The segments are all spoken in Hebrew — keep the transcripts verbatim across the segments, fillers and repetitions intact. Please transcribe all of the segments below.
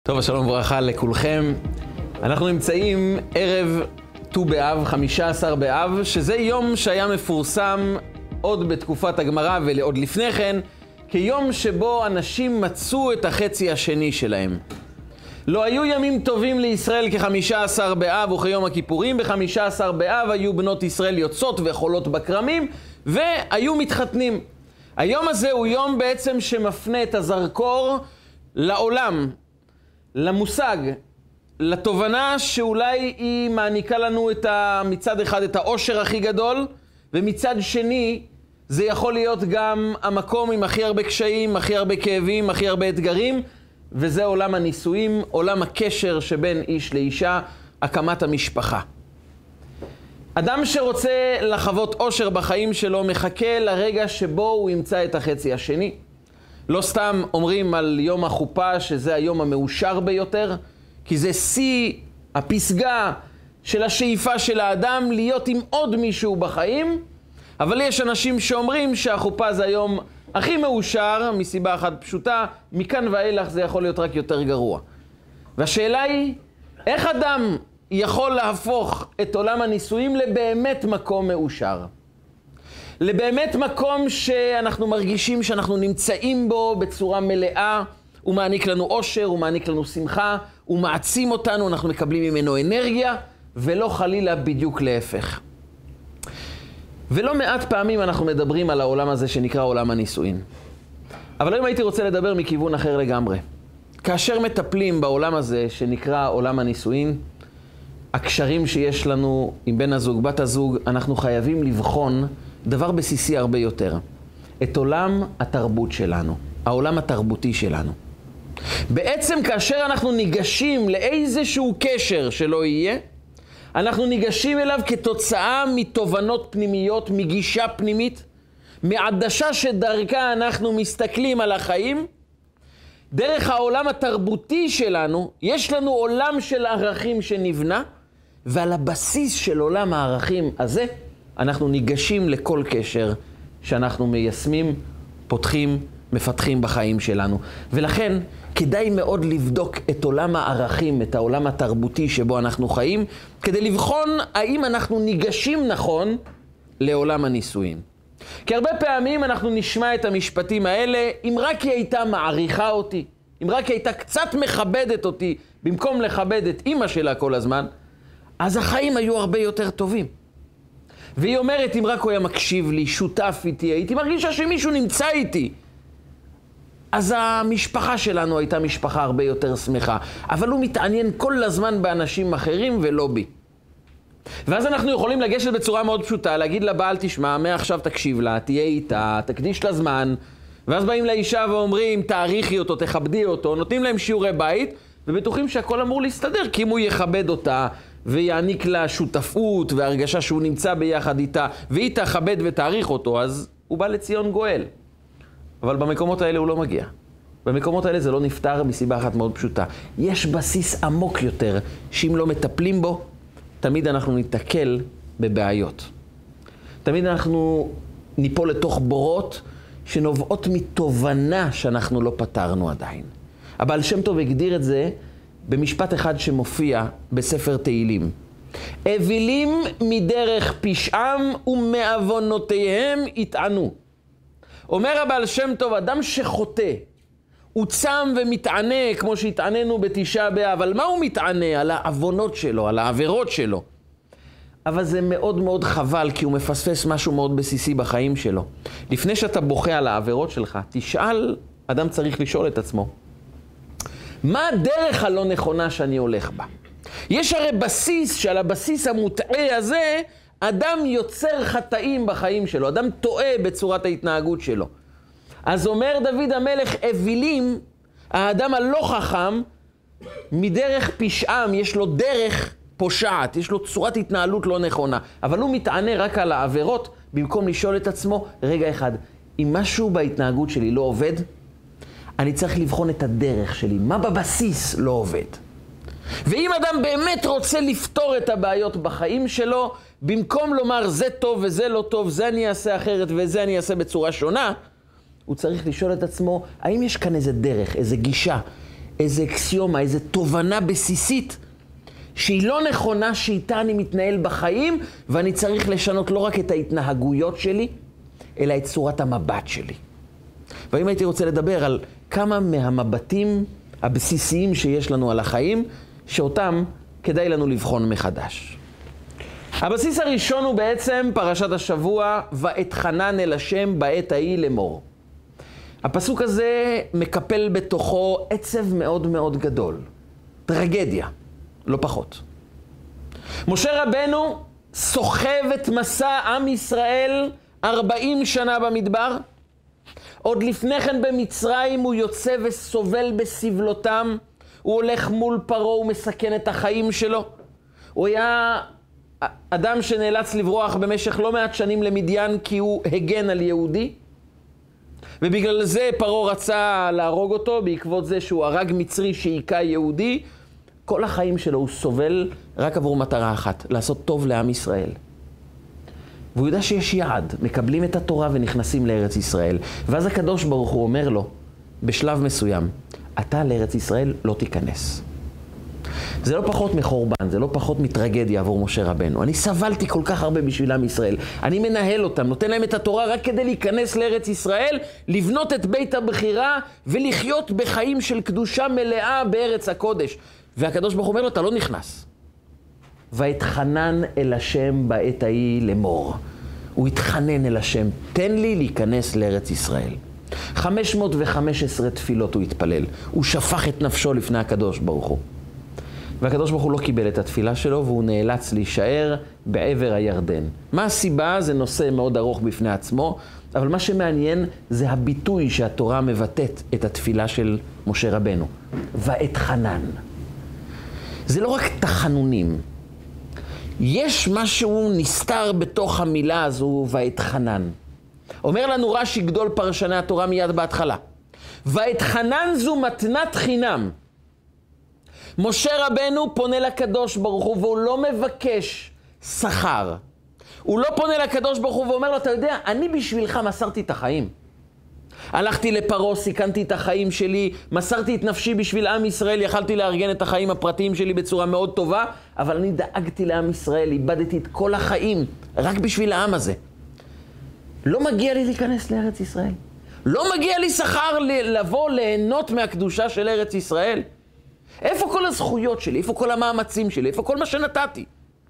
טוב, שלום וברכה לכולכם. אנחנו נמצאים ערב ט"ו באב, חמישה עשר באב, שזה יום שהיה מפורסם עוד בתקופת הגמרא ועוד לפני כן, כיום שבו אנשים מצאו את החצי השני שלהם. לא היו ימים טובים לישראל כחמישה עשר באב וכיום הכיפורים. בחמישה עשר באב היו בנות ישראל יוצאות וחולות בכרמים והיו מתחתנים. היום הזה הוא יום בעצם שמפנה את הזרקור לעולם, למושג, לתובנה שאולי היא מעניקה לנו את ה... מצד אחד את העושר הכי גדול, ומצד שני זה יכול להיות גם המקום עם הכי הרבה קשיים, הכי הרבה כאבים, הכי הרבה אתגרים, וזה עולם הנישואים, עולם הקשר שבין איש לאישה, הקמת המשפחה. אדם שרוצה לחוות עושר בחיים שלו מחכה לרגע שבו הוא ימצא את החצי השני. לא סתם אומרים על יום החופה שזה היום המאושר ביותר, כי זה שיא הפסגה של השאיפה של האדם להיות עם עוד מישהו בחיים, אבל יש אנשים שאומרים שהחופה זה היום הכי מאושר מסיבה אחת פשוטה, מכאן ואילך זה יכול להיות רק יותר גרוע. והשאלה היא, איך אדם יכול להפוך את עולם הנישואים לבאמת מקום מאושר? לבאמת מקום שאנחנו מרגישים שאנחנו נמצאים בו בצורה מלאה, הוא מעניק לנו עושר, הוא מעניק לנו שמחה, הוא מעצים אותנו, אנחנו מקבלים ממנו אנרגיה, ולא חלילה בדיוק להפך. ולא מעט פעמים אנחנו מדברים על העולם הזה שנקרא עולם הנישואין. אבל היום הייתי רוצה לדבר מכיוון אחר לגמרי. כאשר מטפלים בעולם הזה שנקרא עולם הנישואין, הקשרים שיש לנו עם בן הזוג, בת הזוג, אנחנו חייבים לבחון דבר בסיסי הרבה יותר. את עולם התרבות שלנו, העולם התרבותי שלנו. בעצם כאשר אנחנו ניגשים לאיזשהו קשר שלא יהיה, אנחנו ניגשים אליו כתוצאה מתובנות פנימיות, מגישה פנימית, מעדשה שדרכה אנחנו מסתכלים על החיים. דרך העולם התרבותי שלנו, יש לנו עולם של ערכים שנבנה, ועל הבסיס של עולם הערכים הזה, אנחנו ניגשים לכל קשר שאנחנו מיישמים, פותחים, מפתחים בחיים שלנו. ולכן כדאי מאוד לבדוק את עולם הערכים, את העולם התרבותי שבו אנחנו חיים, כדי לבחון האם אנחנו ניגשים נכון לעולם הנישואין. כי הרבה פעמים אנחנו נשמע את המשפטים האלה, אם רק היא הייתה מעריכה אותי, אם רק היא הייתה קצת מכבדת אותי, במקום לכבד את אמא שלה כל הזמן, אז החיים היו הרבה יותר טובים. והיא אומרת, אם רק הוא היה מקשיב לי, שותף איתי, הייתי מרגישה שמישהו נמצא איתי. אז המשפחה שלנו הייתה משפחה הרבה יותר שמחה. אבל הוא מתעניין כל הזמן באנשים אחרים ולא בי. ואז אנחנו יכולים לגשת בצורה מאוד פשוטה, להגיד לבעל, תשמע, מעכשיו תקשיב לה, תהיה איתה, תקדיש לה זמן. ואז באים לאישה ואומרים, תעריכי אותו, תכבדי אותו, נותנים להם שיעורי בית, ובטוחים שהכל אמור להסתדר, כי אם הוא יכבד אותה, ויעניק לה שותפות והרגשה שהוא נמצא ביחד איתה, והיא תכבד ותעריך אותו, אז הוא בא לציון גואל. אבל במקומות האלה הוא לא מגיע. במקומות האלה זה לא נפתר מסיבה אחת מאוד פשוטה. יש בסיס עמוק יותר, שאם לא מטפלים בו, תמיד אנחנו ניתקל בבעיות. תמיד אנחנו ניפול לתוך בורות שנובעות מתובנה שאנחנו לא פתרנו עדיין. הבעל שם טוב הגדיר את זה במשפט אחד שמופיע בספר תהילים. אווילים מדרך פשעם ומעוונותיהם יטענו. אומר הבעל שם טוב, אדם שחוטא, הוא צם ומתענה כמו שהתעננו בתשעה באב, אבל מה הוא מתענה? על העוונות שלו, על העבירות שלו. אבל זה מאוד מאוד חבל, כי הוא מפספס משהו מאוד בסיסי בחיים שלו. לפני שאתה בוכה על העבירות שלך, תשאל, אדם צריך לשאול את עצמו, מה הדרך הלא נכונה שאני הולך בה? יש הרי בסיס שעל הבסיס המוטעה הזה, אדם יוצר חטאים בחיים שלו, אדם טועה בצורת ההתנהגות שלו. אז אומר דוד המלך, אווילים, האדם הלא חכם, מדרך פשעם, יש לו דרך פושעת, יש לו צורת התנהלות לא נכונה, אבל הוא מתענה רק על העבירות, במקום לשאול את עצמו, רגע אחד, אם משהו בהתנהגות שלי לא עובד, אני צריך לבחון את הדרך שלי, מה בבסיס לא עובד. ואם אדם באמת רוצה לפתור את הבעיות בחיים שלו, במקום לומר זה טוב וזה לא טוב, זה אני אעשה אחרת וזה אני אעשה בצורה שונה, הוא צריך לשאול את עצמו, האם יש כאן איזה דרך, איזה גישה, איזה אקסיומה, איזה תובנה בסיסית, שהיא לא נכונה, שאיתה אני מתנהל בחיים, ואני צריך לשנות לא רק את ההתנהגויות שלי, אלא את צורת המבט שלי. ואם הייתי רוצה לדבר על כמה מהמבטים הבסיסיים שיש לנו על החיים, שאותם כדאי לנו לבחון מחדש. הבסיס הראשון הוא בעצם פרשת השבוע, ואתחנן אל השם בעת ההיא לאמור. הפסוק הזה מקפל בתוכו עצב מאוד מאוד גדול. טרגדיה, לא פחות. משה רבנו סוחב את מסע עם ישראל ארבעים שנה במדבר. עוד לפני כן במצרים הוא יוצא וסובל בסבלותם. הוא הולך מול פרעה ומסכן את החיים שלו. הוא היה אדם שנאלץ לברוח במשך לא מעט שנים למדיין כי הוא הגן על יהודי. ובגלל זה פרעה רצה להרוג אותו, בעקבות זה שהוא הרג מצרי שהיכה יהודי. כל החיים שלו הוא סובל רק עבור מטרה אחת, לעשות טוב לעם ישראל. והוא יודע שיש יעד, מקבלים את התורה ונכנסים לארץ ישראל. ואז הקדוש ברוך הוא אומר לו, בשלב מסוים, אתה לארץ ישראל לא תיכנס. זה לא פחות מחורבן, זה לא פחות מטרגדיה עבור משה רבנו. אני סבלתי כל כך הרבה בשביל עם ישראל. אני מנהל אותם, נותן להם את התורה רק כדי להיכנס לארץ ישראל, לבנות את בית הבחירה ולחיות בחיים של קדושה מלאה בארץ הקודש. והקדוש ברוך הוא אומר לו, אתה לא נכנס. ואתחנן אל השם בעת ההיא לאמור. הוא התחנן אל השם, תן לי להיכנס לארץ ישראל. חמש מאות וחמש עשרה תפילות הוא התפלל. הוא שפך את נפשו לפני הקדוש ברוך הוא. והקדוש ברוך הוא לא קיבל את התפילה שלו, והוא נאלץ להישאר בעבר הירדן. מה הסיבה? זה נושא מאוד ארוך בפני עצמו, אבל מה שמעניין זה הביטוי שהתורה מבטאת את התפילה של משה רבנו. ואתחנן. זה לא רק תחנונים. יש משהו נסתר בתוך המילה הזו, ואתחנן. אומר לנו רש"י גדול פרשני התורה מיד בהתחלה. ואתחנן זו מתנת חינם. משה רבנו פונה לקדוש ברוך הוא, והוא לא מבקש שכר. הוא לא פונה לקדוש ברוך הוא ואומר לו, אתה יודע, אני בשבילך מסרתי את החיים. הלכתי לפרעה, סיכנתי את החיים שלי, מסרתי את נפשי בשביל עם ישראל, יכלתי לארגן את החיים הפרטיים שלי בצורה מאוד טובה, אבל אני דאגתי לעם ישראל, איבדתי את כל החיים, רק בשביל העם הזה. לא מגיע לי להיכנס לארץ ישראל. לא מגיע לי שכר לבוא ליהנות מהקדושה של ארץ ישראל. איפה כל הזכויות שלי? איפה כל המאמצים שלי? איפה כל מה שנתתי?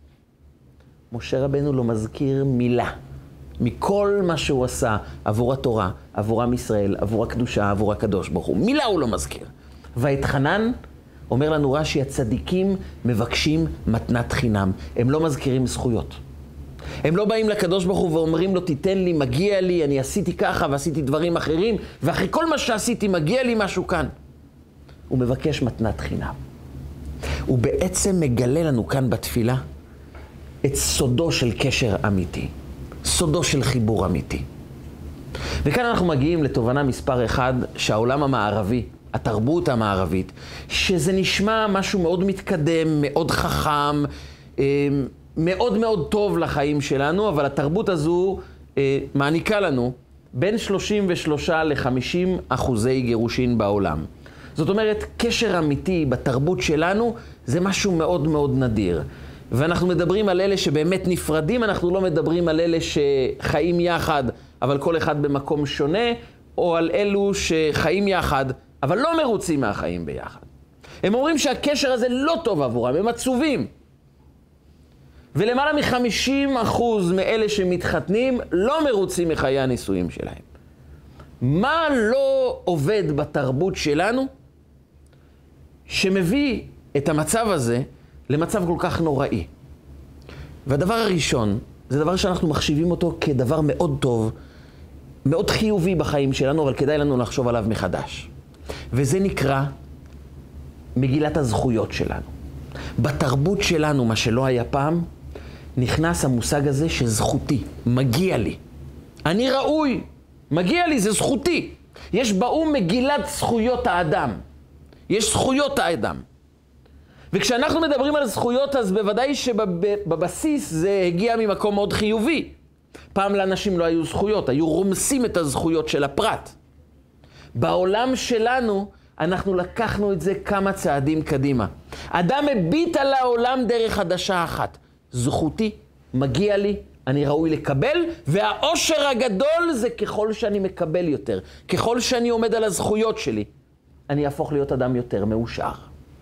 משה רבנו לא מזכיר מילה מכל מה שהוא עשה עבור התורה, עבור עם ישראל, עבור הקדושה, עבור הקדוש ברוך הוא. מילה הוא לא מזכיר. ואתחנן, אומר לנו רש"י, הצדיקים מבקשים מתנת חינם. הם לא מזכירים זכויות. הם לא באים לקדוש ברוך הוא ואומרים לו, תיתן לי, מגיע לי, אני עשיתי ככה ועשיתי דברים אחרים, ואחרי כל מה שעשיתי מגיע לי משהו כאן. הוא מבקש מתנת חינם. הוא בעצם מגלה לנו כאן בתפילה את סודו של קשר אמיתי. סודו של חיבור אמיתי. וכאן אנחנו מגיעים לתובנה מספר אחד, שהעולם המערבי, התרבות המערבית, שזה נשמע משהו מאוד מתקדם, מאוד חכם, מאוד מאוד טוב לחיים שלנו, אבל התרבות הזו מעניקה לנו בין שלושים ושלושה ל-חמישים אחוזי גירושין בעולם. זאת אומרת, קשר אמיתי בתרבות שלנו זה משהו מאוד מאוד נדיר. ואנחנו מדברים על אלה שבאמת נפרדים, אנחנו לא מדברים על אלה שחיים יחד, אבל כל אחד במקום שונה, או על אלו שחיים יחד, אבל לא מרוצים מהחיים ביחד. הם אומרים שהקשר הזה לא טוב עבורם, הם עצובים. ולמעלה מ-חמישים אחוז מאלה שמתחתנים לא מרוצים מחיי הנישואים שלהם. מה לא עובד בתרבות שלנו שמביא את המצב הזה למצב כל כך נוראי? והדבר הראשון, זה דבר שאנחנו מחשיבים אותו כדבר מאוד טוב, מאוד חיובי בחיים שלנו, אבל כדאי לנו לחשוב עליו מחדש. וזה נקרא מגילת הזכויות שלנו. בתרבות שלנו, מה שלא היה פעם, נכנס המושג הזה שזכותי, מגיע לי. אני ראוי, מגיע לי, זה זכותי. יש באום מגילת זכויות האדם. יש זכויות האדם. וכשאנחנו מדברים על זכויות, אז בוודאי שבבסיס זה הגיע ממקום מאוד חיובי. פעם לאנשים לא היו זכויות, היו רומסים את הזכויות של הפרט. בעולם שלנו אנחנו לקחנו את זה כמה צעדים קדימה. אדם הביט על העולם דרך עדשה אחת. זכותי, מגיע לי, אני ראוי לקבל, והאושר הגדול זה ככל שאני מקבל יותר. ככל שאני עומד על הזכויות שלי, אני אהפוך להיות אדם יותר מאושר.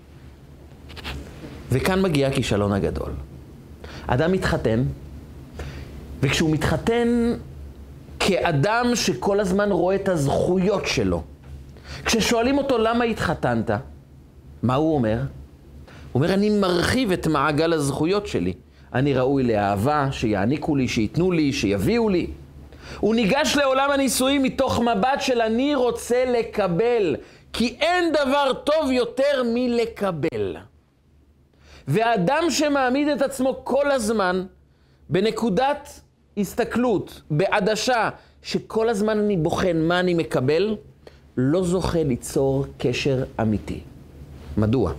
וכאן מגיע הכישלון הגדול. אדם מתחתן, וכשהוא מתחתן כאדם שכל הזמן רואה את הזכויות שלו, כששואלים אותו למה התחתנת, מה הוא אומר? הוא אומר, אני מרחיב את מעגל הזכויות שלי. אני ראוי לאהבה, שיעניקו לי, שיתנו לי, שיביאו לי. הוא ניגש לעולם הנישואים מתוך מבט של אני רוצה לקבל, כי אין דבר טוב יותר מלקבל. והאדם שמעמיד את עצמו כל הזמן בנקודת הסתכלות, בעדשה, שכל הזמן אני בוחן מה אני מקבל, לא זוכה ליצור קשר אמיתי. מדוע?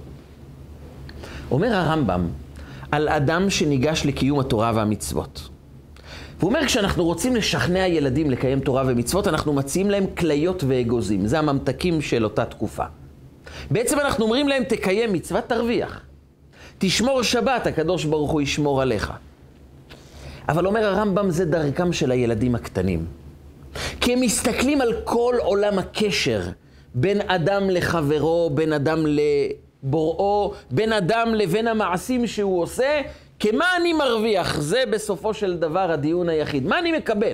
אומר הרמב"ם על אדם שניגש לקיום התורה והמצוות. והוא אומר, כשאנחנו רוצים לשכנע ילדים לקיים תורה ומצוות, אנחנו מציעים להם כליות ואגוזים. זה הממתקים של אותה תקופה. בעצם אנחנו אומרים להם, תקיים מצוות, תרוויח. תשמור שבת, הקדוש ברוך הוא ישמור עליך. אבל אומר הרמב"ם, זה דרכם של הילדים הקטנים. כי הם מסתכלים על כל עולם הקשר, בין אדם לחברו, בין אדם לבוראו, בין אדם לבין המעשים שהוא עושה, כמה אני מרוויח? זה בסופו של דבר הדיון היחיד. מה אני מקבל?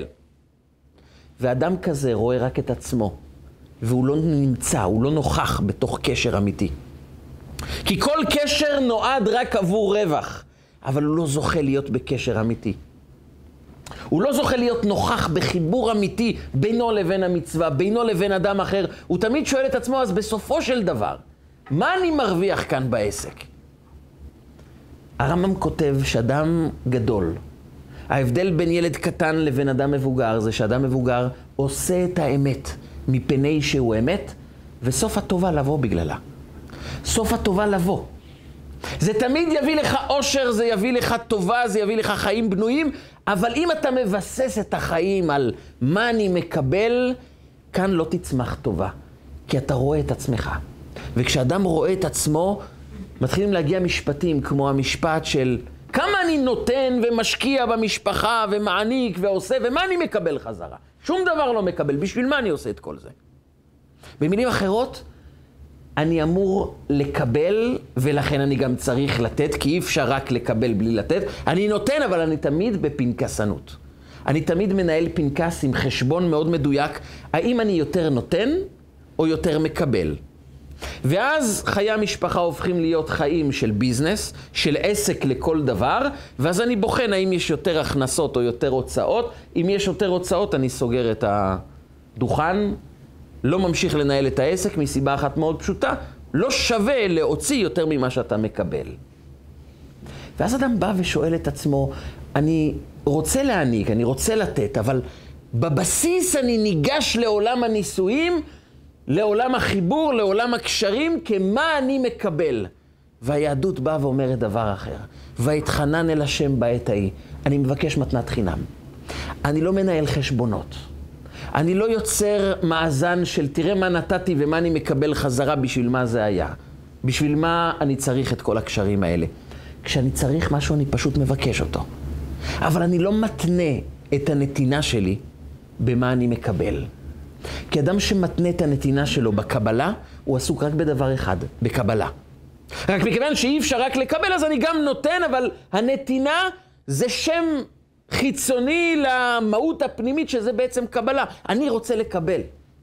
ואדם כזה רואה רק את עצמו, והוא לא נמצא, הוא לא נוכח בתוך קשר אמיתי. כי כל קשר נועד רק עבור רווח, אבל הוא לא זוכה להיות בקשר אמיתי. הוא לא זוכה להיות נוכח בחיבור אמיתי בינו לבין המצווה, בינו לבין אדם אחר. הוא תמיד שואל את עצמו, אז בסופו של דבר, מה אני מרוויח כאן בעסק? הרמב"ם כותב שאדם גדול, ההבדל בין ילד קטן לבין אדם מבוגר, זה שאדם מבוגר עושה את האמת מפני שהוא אמת, וסוף הטובה לבוא בגללה. סוף הטובה לבוא. זה תמיד יביא לך אושר, זה יביא לך טובה, זה יביא לך חיים בנויים, אבל אם אתה מבסס את החיים על מה אני מקבל, כאן לא תצמח טובה, כי אתה רואה את עצמך. וכשאדם רואה את עצמו, מתחילים להגיע משפטים כמו המשפט של כמה אני נותן ומשקיע במשפחה ומעניק ועושה, ומה אני מקבל חזרה? שום דבר לא מקבל, בשביל מה אני עושה את כל זה? במילים אחרות, אני אמור לקבל, ולכן אני גם צריך לתת, כי אי אפשר רק לקבל בלי לתת. אני נותן, אבל אני תמיד בפנקסנות. אני תמיד מנהל פנקס עם חשבון מאוד מדויק, האם אני יותר נותן או יותר מקבל. ואז חיי המשפחה הופכים להיות חיים של ביזנס, של עסק לכל דבר, ואז אני בוחן האם יש יותר הכנסות או יותר הוצאות. אם יש יותר הוצאות, אני סוגר את הדוכן, לא ממשיך לנהל את העסק מסיבה אחת מאוד פשוטה, לא שווה להוציא יותר ממה שאתה מקבל. ואז אדם בא ושואל את עצמו, אני רוצה להעניק, אני רוצה לתת, אבל בבסיס אני ניגש לעולם הנישואים, לעולם החיבור, לעולם הקשרים, כמה אני מקבל. והיהדות באה ואומרת דבר אחר. והתחנן אל השם בעת ההיא. אני מבקש מתנת חינם. אני לא מנהל חשבונות. אני לא יוצר מאזן של תראה מה נתתי ומה אני מקבל חזרה, בשביל מה זה היה. בשביל מה אני צריך את כל הקשרים האלה. כשאני צריך משהו אני פשוט מבקש אותו. אבל אני לא מתנה את הנתינה שלי במה אני מקבל. כי אדם שמתנה את הנתינה שלו בקבלה, הוא עסוק רק בדבר אחד, בקבלה. רק מכיוון שאי אפשר רק לקבל, אז אני גם נותן, אבל הנתינה זה שם חיצוני למהות הפנימית, שזה בעצם קבלה. אני רוצה לקבל.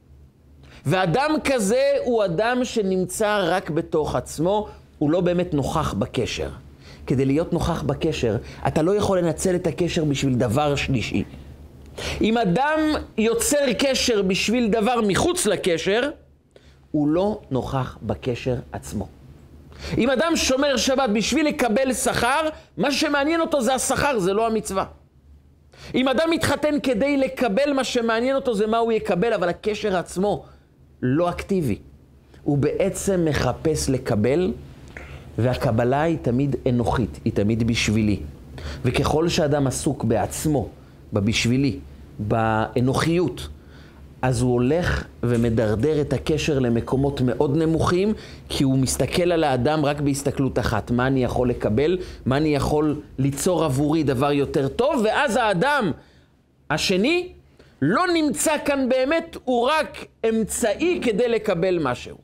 ואדם כזה הוא אדם שנמצא רק בתוך עצמו, הוא לא באמת נוכח בקשר. כדי להיות נוכח בקשר, אתה לא יכול לנצל את הקשר בשביל דבר שלישי. אם אדם יוצר קשר בשביל דבר מחוץ לקשר, הוא לא נוכח בקשר עצמו. אם אדם שומר שבת בשביל לקבל שכר, מה שמעניין אותו זה השכר, זה לא המצווה. אם אדם מתחתן כדי לקבל, מה שמעניין אותו זה מה הוא יקבל, אבל הקשר עצמו לא אקטיבי. הוא בעצם מחפש לקבל, והקבלה היא תמיד אנוכית, היא תמיד בשבילי. וככל שאדם עסוק בעצמו, בבשבילי, באנוכיות, אז הוא הולך ומדרדר את הקשר למקומות מאוד נמוכים, כי הוא מסתכל על האדם רק בהסתכלות אחת. מה אני יכול לקבל? מה אני יכול ליצור עבורי דבר יותר טוב? ואז האדם השני לא נמצא כאן באמת, הוא רק אמצעי כדי לקבל משהו.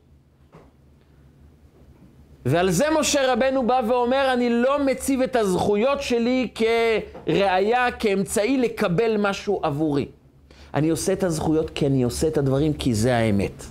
ועל זה משה רבנו בא ואומר, אני לא מציב את הזכויות שלי כראיה, כאמצעי לקבל משהו עבורי. אני עושה את הזכויות כי אני עושה את הדברים כי זה האמת.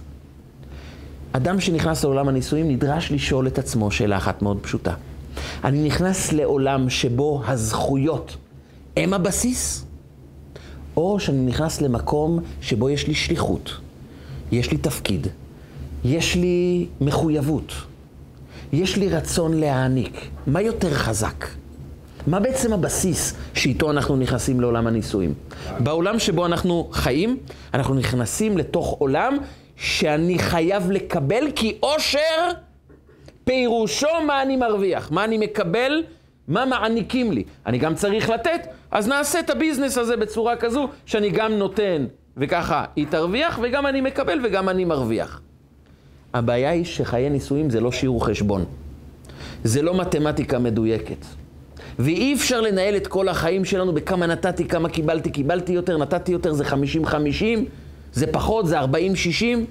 אדם שנכנס לעולם הנישואים נדרש לשאול את עצמו שאלה אחת מאוד פשוטה. אני נכנס לעולם שבו הזכויות הם הבסיס, או שאני נכנס למקום שבו יש לי שליחות, יש לי תפקיד, יש לי מחויבות, יש לי רצון להעניק. מה יותר חזק? מה בעצם הבסיס שאיתו אנחנו נכנסים לעולם הנישואים? בעולם שבו אנחנו חיים, אנחנו נכנסים לתוך עולם שאני חייב לקבל, כי עושר פירושו מה אני מרוויח, מה אני מקבל, מה מעניקים לי. אני גם צריך לתת, אז נעשה את הביזנס הזה בצורה כזו שאני גם נותן וככה היא תרוויח, וגם אני מקבל וגם אני מרוויח. הבעיה היא שחיי נישואים זה לא שיעור חשבון. זה לא מתמטיקה מדויקת. ואי אפשר לנהל את כל החיים שלנו בכמה נתתי, כמה קיבלתי, קיבלתי יותר, נתתי יותר, זה חמישים חמישים, זה פחות, זה ארבעים שישים.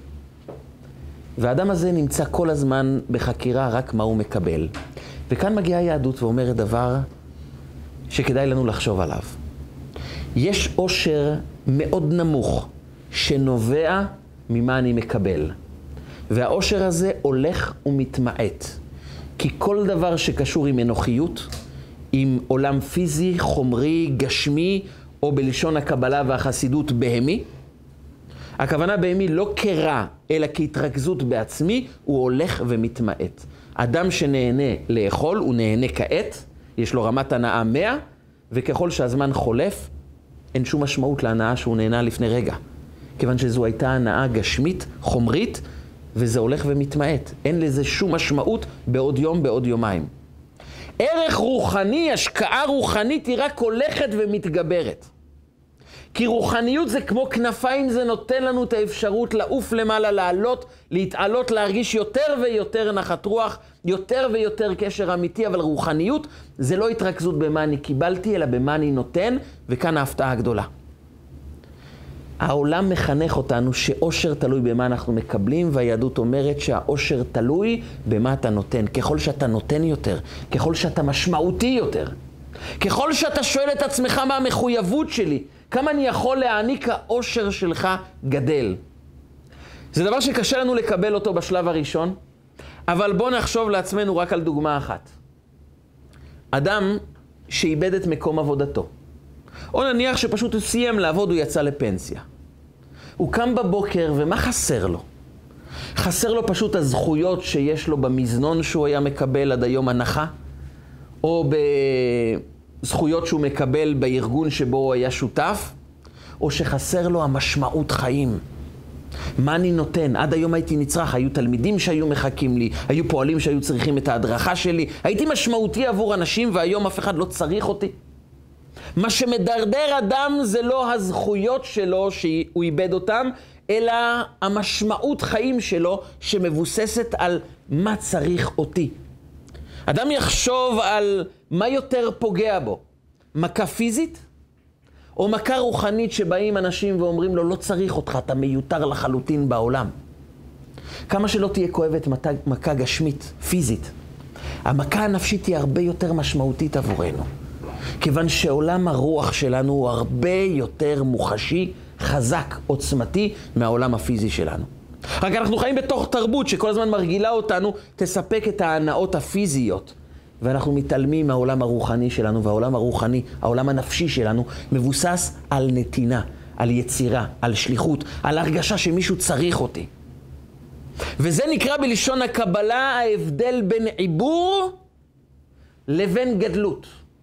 והאדם הזה נמצא כל הזמן בחקירה רק מה הוא מקבל. וכאן מגיעה היהדות ואומרת דבר שכדאי לנו לחשוב עליו. יש עושר מאוד נמוך שנובע ממה אני מקבל. והעושר הזה הולך ומתמעט. כי כל דבר שקשור עם אנוכיות, עם עולם פיזי, חומרי, גשמי, או בלשון הקבלה והחסידות בהמי, הכוונה בהמי לא כרע, אלא כהתרכזות בעצמי, הוא הולך ומתמעט. אדם שנהנה לאכול, הוא נהנה כעת, יש לו רמת הנאה מאה, וככל שהזמן חולף, אין שום משמעות להנאה שהוא נהנה לפני רגע. כיוון שזו הייתה הנאה גשמית, חומרית, וזה הולך ומתמעט. אין לזה שום משמעות בעוד יום, בעוד יומיים. ערך רוחני, השקעה רוחנית, היא רק הולכת ומתגברת. כי רוחניות זה כמו כנפיים, זה נותן לנו את האפשרות לעוף למעלה, לעלות, להתעלות, להרגיש יותר ויותר נחת רוח, יותר ויותר קשר אמיתי, אבל רוחניות זה לא התרכזות במה אני קיבלתי, אלא במה אני נותן, וכאן ההפתעה הגדולה. העולם מחנך אותנו שאושר תלוי במה אנחנו מקבלים, והיהדות אומרת שהאושר תלוי במה אתה נותן. ככל שאתה נותן יותר, ככל שאתה משמעותי יותר, ככל שאתה שואל את עצמך מה המחויבות שלי, כמה אני יכול להעניק, האושר שלך גדל. זה דבר שקשה לנו לקבל אותו בשלב הראשון, אבל בוא נחשוב לעצמנו רק על דוגמה אחת. אדם שאיבד את מקום עבודתו, או נניח שפשוט הוא סיים לעבוד, הוא יצא לפנסיה. הוא קם בבוקר, ומה חסר לו? חסר לו פשוט הזכויות שיש לו במזנון שהוא היה מקבל עד היום הנחה, או בזכויות שהוא מקבל בארגון שבו הוא היה שותף, או שחסר לו המשמעות חיים. מה אני נותן? עד היום הייתי נצרך, היו תלמידים שהיו מחכים לי, היו פועלים שהיו צריכים את ההדרכה שלי, הייתי משמעותי עבור אנשים והיום אף אחד לא צריך אותי. מה שמדרדר אדם זה לא הזכויות שלו שהוא איבד אותם, אלא המשמעות חיים שלו שמבוססת על מה צריך אותי. אדם יחשוב על מה יותר פוגע בו, מכה פיזית או מכה רוחנית שבאים אנשים ואומרים לו לא צריך אותך, אתה מיותר לחלוטין בעולם. כמה שלא תהיה כואבת מכה גשמית, פיזית, המכה הנפשית היא הרבה יותר משמעותית עבורנו. כיוון שעולם הרוח שלנו הוא הרבה יותר מוחשי, חזק, עוצמתי מהעולם הפיזי שלנו. רק אנחנו חיים בתוך תרבות שכל הזמן מרגילה אותנו, תספק את ההנאות הפיזיות. ואנחנו מתעלמים מהעולם הרוחני שלנו, והעולם הרוחני, העולם הנפשי שלנו, מבוסס על נתינה, על יצירה, על שליחות, על הרגשה שמישהו צריך אותי. וזה נקרא בלשון הקבלה ההבדל בין עיבור לבין גדלות.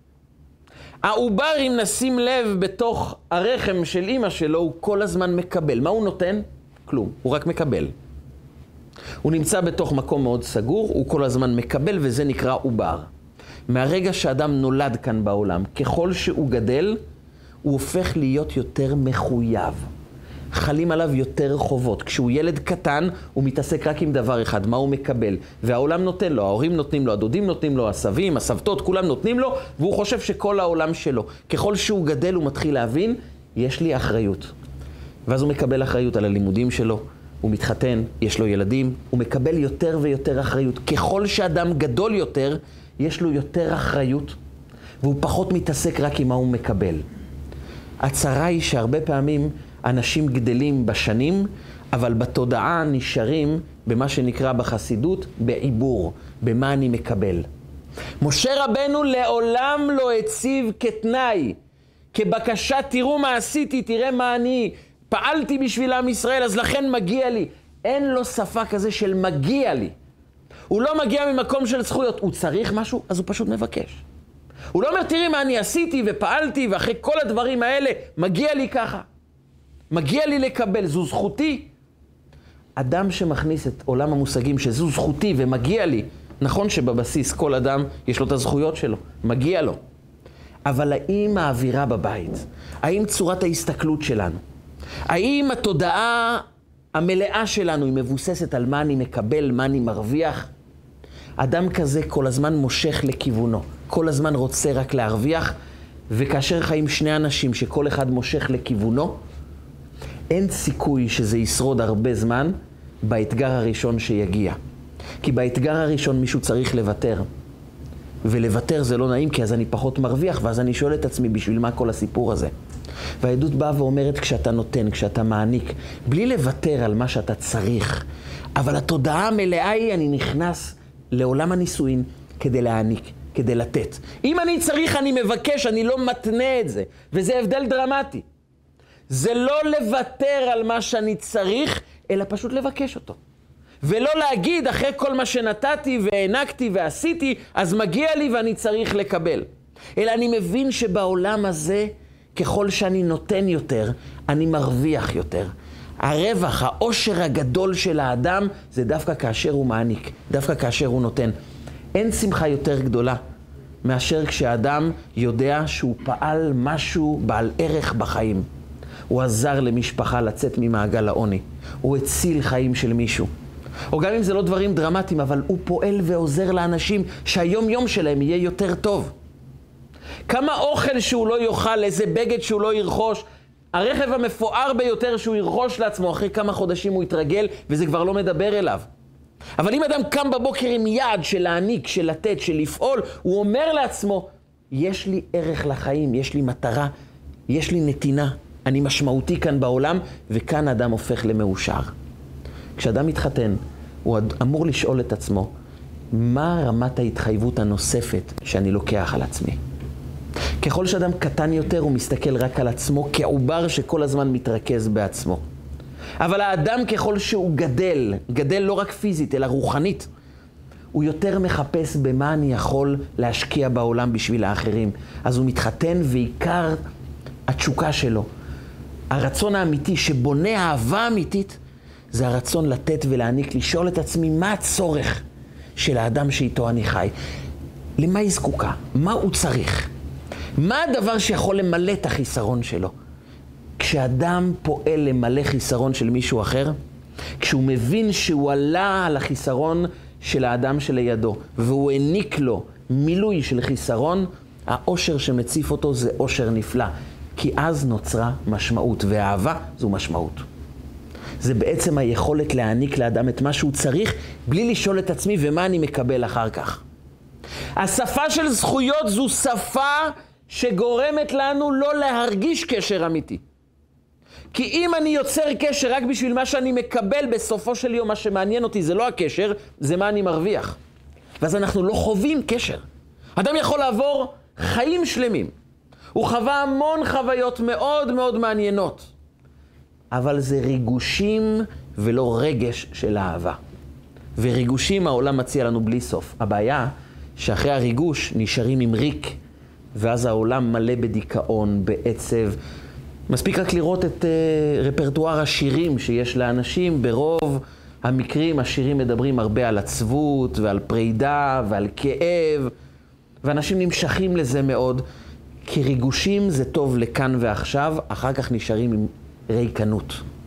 העובר, אם נשים לב בתוך הרחם של אמא שלו, הוא כל הזמן מקבל. מה הוא נותן? כלום, הוא רק מקבל. הוא נמצא בתוך מקום מאוד סגור, הוא כל הזמן מקבל, וזה נקרא עובר. מהרגע שאדם נולד כאן בעולם, ככל שהוא גדל, הוא הופך להיות יותר מחויב. חלים עליו יותר חובות. כשהוא ילד קטן, הוא מתעסק רק עם דבר אחד, מה הוא מקבל. והעולם נותן לו, ההורים נותנים לו, הדודים נותנים לו, הסבים, הסבתות, כולם נותנים לו, והוא חושב שכל העולם שלו. ככל שהוא גדל, הוא מתחיל להבין, יש לי אחריות. ואז הוא מקבל אחריות על הלימודים שלו, הוא מתחתן, יש לו ילדים, הוא מקבל יותר ויותר אחריות. ככל שאדם גדול יותר, יש לו יותר אחריות, והוא פחות מתעסק רק עם מה הוא מקבל. הצרה היא שהרבה פעמים אנשים גדלים בשנים, אבל בתודעה נשארים במה שנקרא בחסידות, בעיבור, במה אני מקבל. משה רבנו לעולם לא הציב כתנאי, כבקשה, תראו מה עשיתי, תראה מה אני פעלתי בשביל עם ישראל, אז לכן מגיע לי. אין לו שפה כזה של מגיע לי. הוא לא מגיע ממקום של זכויות, הוא צריך משהו, אז הוא פשוט מבקש. הוא לא אומר, תראי מה אני עשיתי ופעלתי, ואחרי כל הדברים האלה, מגיע לי ככה. מגיע לי לקבל, זו זכותי. אדם שמכניס את עולם המושגים שזו זכותי ומגיע לי, נכון שבבסיס כל אדם יש לו את הזכויות שלו, מגיע לו. אבל האם האווירה בבית, האם צורת ההסתכלות שלנו, האם התודעה המלאה שלנו היא מבוססת על מה אני מקבל, מה אני מרוויח? אדם כזה כל הזמן מושך לכיוונו, כל הזמן רוצה רק להרוויח, וכאשר חיים שני אנשים שכל אחד מושך לכיוונו, אין סיכוי שזה ישרוד הרבה זמן באתגר הראשון שיגיע. כי באתגר הראשון מישהו צריך לוותר. ולוותר זה לא נעים, כי אז אני פחות מרוויח, ואז אני שואל את עצמי בשביל מה כל הסיפור הזה. והעדות באה ואומרת, כשאתה נותן, כשאתה מעניק, בלי לוותר על מה שאתה צריך, אבל התודעה המלאה היא, אני נכנס לעולם הנישואין כדי להעניק, כדי לתת. אם אני צריך, אני מבקש, אני לא מתנה את זה. וזה הבדל דרמטי. זה לא לוותר על מה שאני צריך, אלא פשוט לבקש אותו. ולא להגיד, אחרי כל מה שנתתי והענקתי ועשיתי, אז מגיע לי ואני צריך לקבל. אלא אני מבין שבעולם הזה, ככל שאני נותן יותר, אני מרוויח יותר. הרווח, העושר הגדול של האדם, זה דווקא כאשר הוא מעניק, דווקא כאשר הוא נותן. אין שמחה יותר גדולה מאשר כשאדם יודע שהוא פעל משהו בעל ערך בחיים. הוא עזר למשפחה לצאת ממעגל העוני. הוא הציל חיים של מישהו. או גם אם זה לא דברים דרמטיים, אבל הוא פועל ועוזר לאנשים שהיום יום שלהם יהיה יותר טוב. כמה אוכל שהוא לא יאכל, איזה בגד שהוא לא ירכוש, הרכב המפואר ביותר שהוא ירכוש לעצמו, אחרי כמה חודשים הוא יתרגל, וזה כבר לא מדבר אליו. אבל אם אדם קם בבוקר עם יעד של להעניק, של לתת, של לפעול, הוא אומר לעצמו, יש לי ערך לחיים, יש לי מטרה, יש לי נתינה, אני משמעותי כאן בעולם, וכאן אדם הופך למאושר. כשאדם מתחתן, הוא אמור לשאול את עצמו, מה רמת ההתחייבות הנוספת שאני לוקח על עצמי? ככל שאדם קטן יותר, הוא מסתכל רק על עצמו כעובר שכל הזמן מתרכז בעצמו. אבל האדם ככל שהוא גדל, גדל לא רק פיזית, אלא רוחנית, הוא יותר מחפש במה אני יכול להשקיע בעולם בשביל האחרים. אז הוא מתחתן, ועיקר התשוקה שלו, הרצון האמיתי שבונה אהבה אמיתית, זה הרצון לתת ולהעניק, לשאול את עצמי מה הצורך של האדם שאיתו אני חי. למה היא זקוקה? מה הוא צריך? מה הדבר שיכול למלא את החיסרון שלו? כשאדם פועל למלא חיסרון של מישהו אחר, כשהוא מבין שהוא עלה על החיסרון של האדם שלידו, והוא העניק לו מילוי של חיסרון, האושר שמציף אותו זה אושר נפלא. כי אז נוצרה משמעות, והאהבה זו משמעות. זה בעצם היכולת להעניק לאדם את מה שהוא צריך, בלי לשאול את עצמי ומה אני מקבל אחר כך. השפה של זכויות זו שפה שגורמת לנו לא להרגיש קשר אמיתי. כי אם אני יוצר קשר רק בשביל מה שאני מקבל, בסופו של יום מה שמעניין אותי זה לא הקשר, זה מה אני מרוויח. ואז אנחנו לא חווים קשר. אדם יכול לעבור חיים שלמים. הוא חווה המון חוויות מאוד מאוד מעניינות. אבל זה ריגושים ולא רגש של אהבה. וריגושים העולם מציע לנו בלי סוף. הבעיה שאחרי הריגוש נשארים עם ריק, ואז העולם מלא בדיכאון, בעצב. מספיק רק לראות את uh, רפרטואר השירים שיש לאנשים. ברוב המקרים השירים מדברים הרבה על עצבות ועל פרידה ועל כאב, ואנשים נמשכים לזה מאוד, כי ריגושים זה טוב לכאן ועכשיו, אחר כך נשארים עם ריקנות.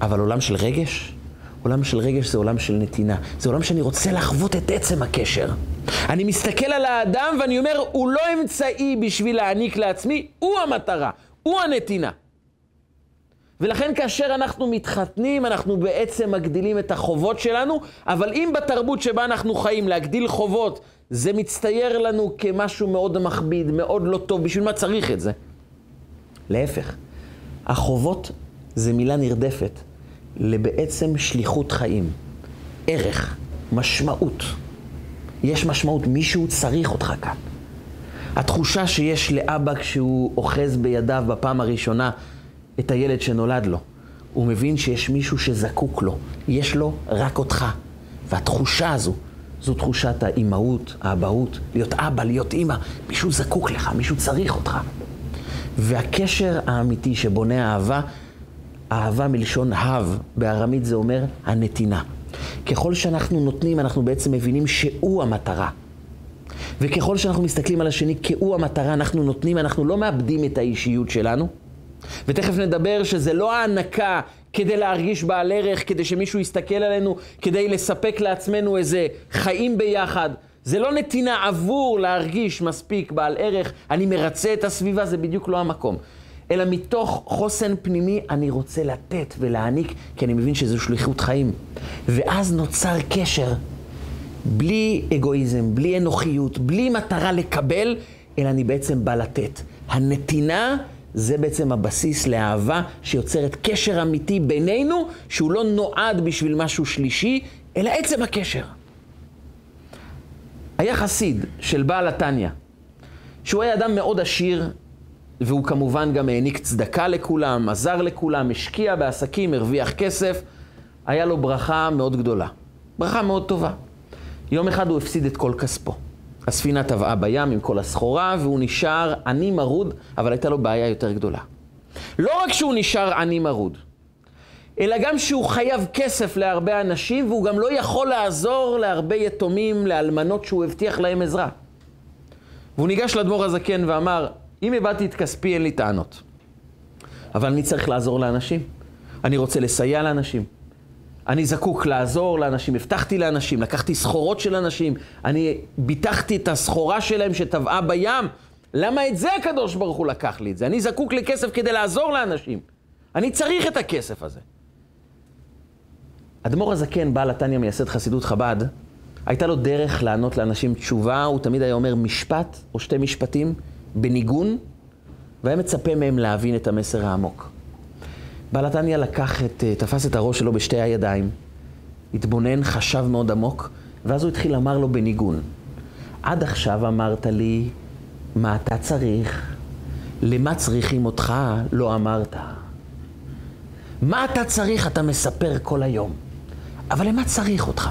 אבל עולם של רגש, עולם של רגש זה עולם של נתינה. זה עולם שאני רוצה לחוות את עצם הקשר. אני מסתכל על האדם ואני אומר, הוא לא אמצעי בשביל להעניק לעצמי, הוא המטרה, הוא הנתינה. ולכן כאשר אנחנו מתחתנים, אנחנו בעצם מגדילים את החובות שלנו, אבל אם בתרבות שבה אנחנו חיים להגדיל חובות, זה מצטייר לנו כמשהו מאוד מכביד, מאוד לא טוב, בשביל מה צריך את זה? להפך, החובות זה מילה נרדפת לבעצם שליחות חיים, ערך, משמעות. יש משמעות, מישהו צריך אותך כאן. התחושה שיש לאבא כשהוא אוחז בידיו בפעם הראשונה את הילד שנולד לו, הוא מבין שיש מישהו שזקוק לו, יש לו רק אותך. והתחושה הזו, זו תחושת האימהות, האבהות, להיות אבא, להיות אמא, מישהו זקוק לך, מישהו צריך אותך. והקשר האמיתי שבונה אהבה, אהבה מלשון הב, בארמית זה אומר הנתינה. ככל שאנחנו נותנים, אנחנו בעצם מבינים שהוא המטרה. וככל שאנחנו מסתכלים על השני כהוא המטרה, אנחנו נותנים, אנחנו לא מאבדים את האישיות שלנו. ותכף נדבר שזה לא הענקה כדי להרגיש בעל ערך, כדי שמישהו יסתכל עלינו, כדי לספק לעצמנו איזה חיים ביחד. זה לא נתינה עבור להרגיש מספיק בעל ערך, אני מרצה את הסביבה, זה בדיוק לא המקום. אלא מתוך חוסן פנימי אני רוצה לתת ולהעניק, כי אני מבין שזו שליחות חיים. ואז נוצר קשר, בלי אגואיזם, בלי אנוכיות, בלי מטרה לקבל, אלא אני בעצם בא לתת. הנתינה זה בעצם הבסיס לאהבה שיוצרת קשר אמיתי בינינו, שהוא לא נועד בשביל משהו שלישי, אלא עצם הקשר. היה חסיד של בעל התניא, שהוא היה אדם מאוד עשיר, והוא כמובן גם העניק צדקה לכולם, עזר לכולם, השקיע בעסקים, הרוויח כסף. היה לו ברכה מאוד גדולה, ברכה מאוד טובה. יום אחד הוא הפסיד את כל כספו. הספינה טבעה בים עם כל הסחורה, והוא נשאר עני מרוד, אבל הייתה לו בעיה יותר גדולה. לא רק שהוא נשאר עני מרוד, אלא גם שהוא חייב כסף להרבה אנשים, והוא גם לא יכול לעזור להרבה יתומים, לאלמנות שהוא הבטיח להם עזרה. והוא ניגש לאדמו"ר הזקן ואמר, אם הבאתי את כספי, אין לי טענות. אבל אני צריך לעזור לאנשים. אני רוצה לסייע לאנשים. אני זקוק לעזור לאנשים, הבטחתי לאנשים, לקחתי סחורות של אנשים, אני ביטחתי את הסחורה שלהם שטבעה בים. למה את זה הקדוש ברוך הוא לקח לי את זה? אני זקוק לכסף כדי לעזור לאנשים. אני צריך את הכסף הזה. אדמו"ר הזקן, בעל התניא, מייסד חסידות חב"ד, הייתה לו דרך לענות לאנשים תשובה, הוא תמיד היה אומר משפט או שתי משפטים בניגון, והיה מצפה מהם להבין את המסר העמוק. בעל התניא לקח את, תפס את הראש שלו בשתי הידיים, התבונן, חשב מאוד עמוק, ואז הוא התחיל לומר לו בניגון, עד עכשיו אמרת לי מה אתה צריך, למה צריכים אותך לא אמרת. מה אתה צריך אתה מספר כל היום, אבל למה צריך אותך?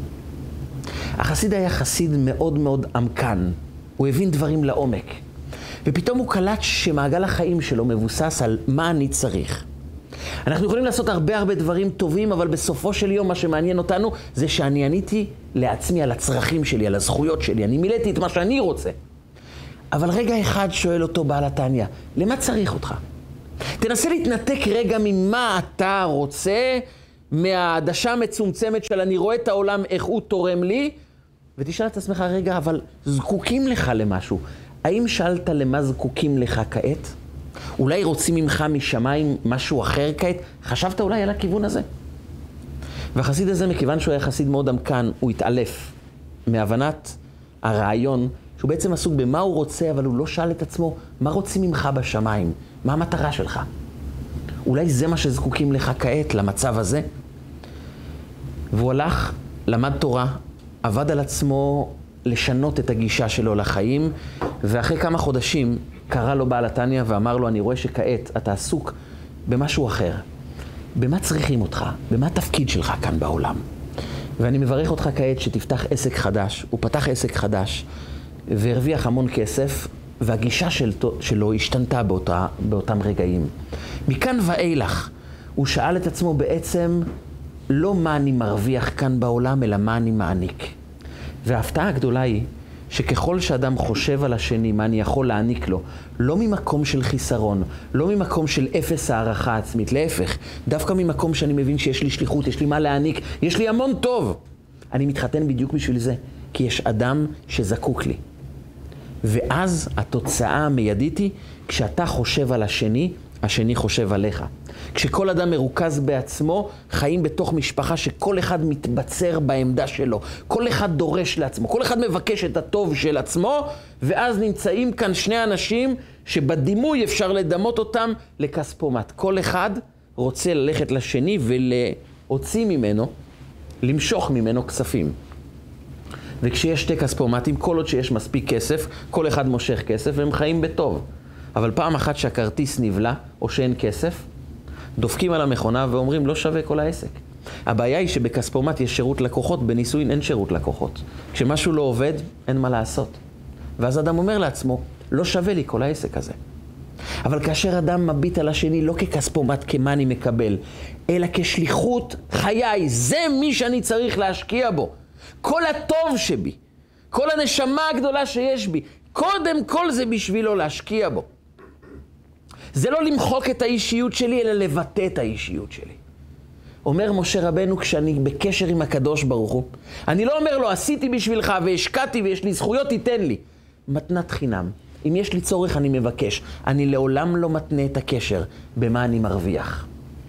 החסיד היה חסיד מאוד מאוד עמקן, הוא הבין דברים לעומק, ופתאום הוא קלט שמעגל החיים שלו מבוסס על מה אני צריך. אנחנו יכולים לעשות הרבה הרבה דברים טובים, אבל בסופו של יום מה שמעניין אותנו זה שאני עניתי לעצמי על הצרכים שלי, על הזכויות שלי, אני מילאתי את מה שאני רוצה. אבל רגע אחד שואל אותו בעל התניא, למה צריך אותך? תנסה להתנתק רגע ממה אתה רוצה, מהעדשה המצומצמת של אני רואה את העולם איך הוא תורם לי, ותשאל את עצמך רגע, אבל זקוקים לך למשהו. האם שאלת למה זקוקים לך כעת? אולי רוצים ממך משמיים משהו אחר כעת? חשבת אולי על הכיוון הזה? והחסיד הזה, מכיוון שהוא היה חסיד מאוד עמקן, הוא התעלף מהבנת הרעיון, שהוא בעצם עסוק במה הוא רוצה, אבל הוא לא שאל את עצמו, מה רוצים ממך בשמיים? מה המטרה שלך? אולי זה מה שזקוקים לך כעת, למצב הזה? והוא הלך, למד תורה, עבד על עצמו לשנות את הגישה שלו לחיים, ואחרי כמה חודשים קרא לו בעל התניא ואמר לו, אני רואה שכעת אתה עסוק במשהו אחר. במה צריכים אותך? במה התפקיד שלך כאן בעולם? ואני מברך אותך כעת שתפתח עסק חדש. הוא פתח עסק חדש והרוויח המון כסף, והגישה של, שלו השתנתה באותה, באותם רגעים. מכאן ואילך הוא שאל את עצמו בעצם לא מה אני מרוויח כאן בעולם, אלא מה אני מעניק. וההפתעה הגדולה היא שככל שאדם חושב על השני, מה אני יכול להעניק לו, לא ממקום של חיסרון, לא ממקום של אפס הערכה עצמית, להפך, דווקא ממקום שאני מבין שיש לי שליחות, יש לי מה להעניק, יש לי המון טוב. אני מתחתן בדיוק בשביל זה, כי יש אדם שזקוק לי. ואז התוצאה המיידית היא, כשאתה חושב על השני, השני חושב עליך. כשכל אדם מרוכז בעצמו, חיים בתוך משפחה שכל אחד מתבצר בעמדה שלו. כל אחד דורש לעצמו, כל אחד מבקש את הטוב של עצמו, ואז נמצאים כאן שני אנשים שבדימוי אפשר לדמות אותם לכספומט. כל אחד רוצה ללכת לשני ולהוציא ממנו, למשוך ממנו כספים. וכשיש שתי כספומטים, כל עוד שיש מספיק כסף, כל אחד מושך כסף והם חיים בטוב. אבל פעם אחת שהכרטיס נבלה או שאין כסף, דופקים על המכונה ואומרים לא שווה כל העסק. הבעיה היא שבכספומט יש שירות לקוחות, בנישואין אין שירות לקוחות. כשמשהו לא עובד, אין מה לעשות. ואז אדם אומר לעצמו, לא שווה לי כל העסק הזה. אבל כאשר אדם מביט על השני לא ככספומט, כמה אני מקבל, אלא כשליחות חיי, זה מי שאני צריך להשקיע בו. כל הטוב שבי, כל הנשמה הגדולה שיש בי, קודם כל זה בשבילו להשקיע בו. זה לא למחוק את האישיות שלי, אלא לבטא את האישיות שלי. אומר משה רבנו, כשאני בקשר עם הקדוש ברוך הוא, אני לא אומר לו, עשיתי בשבילך והשקעתי ויש לי זכויות, תיתן לי. מתנת חינם. אם יש לי צורך, אני מבקש. אני לעולם לא מתנה את הקשר במה אני מרוויח.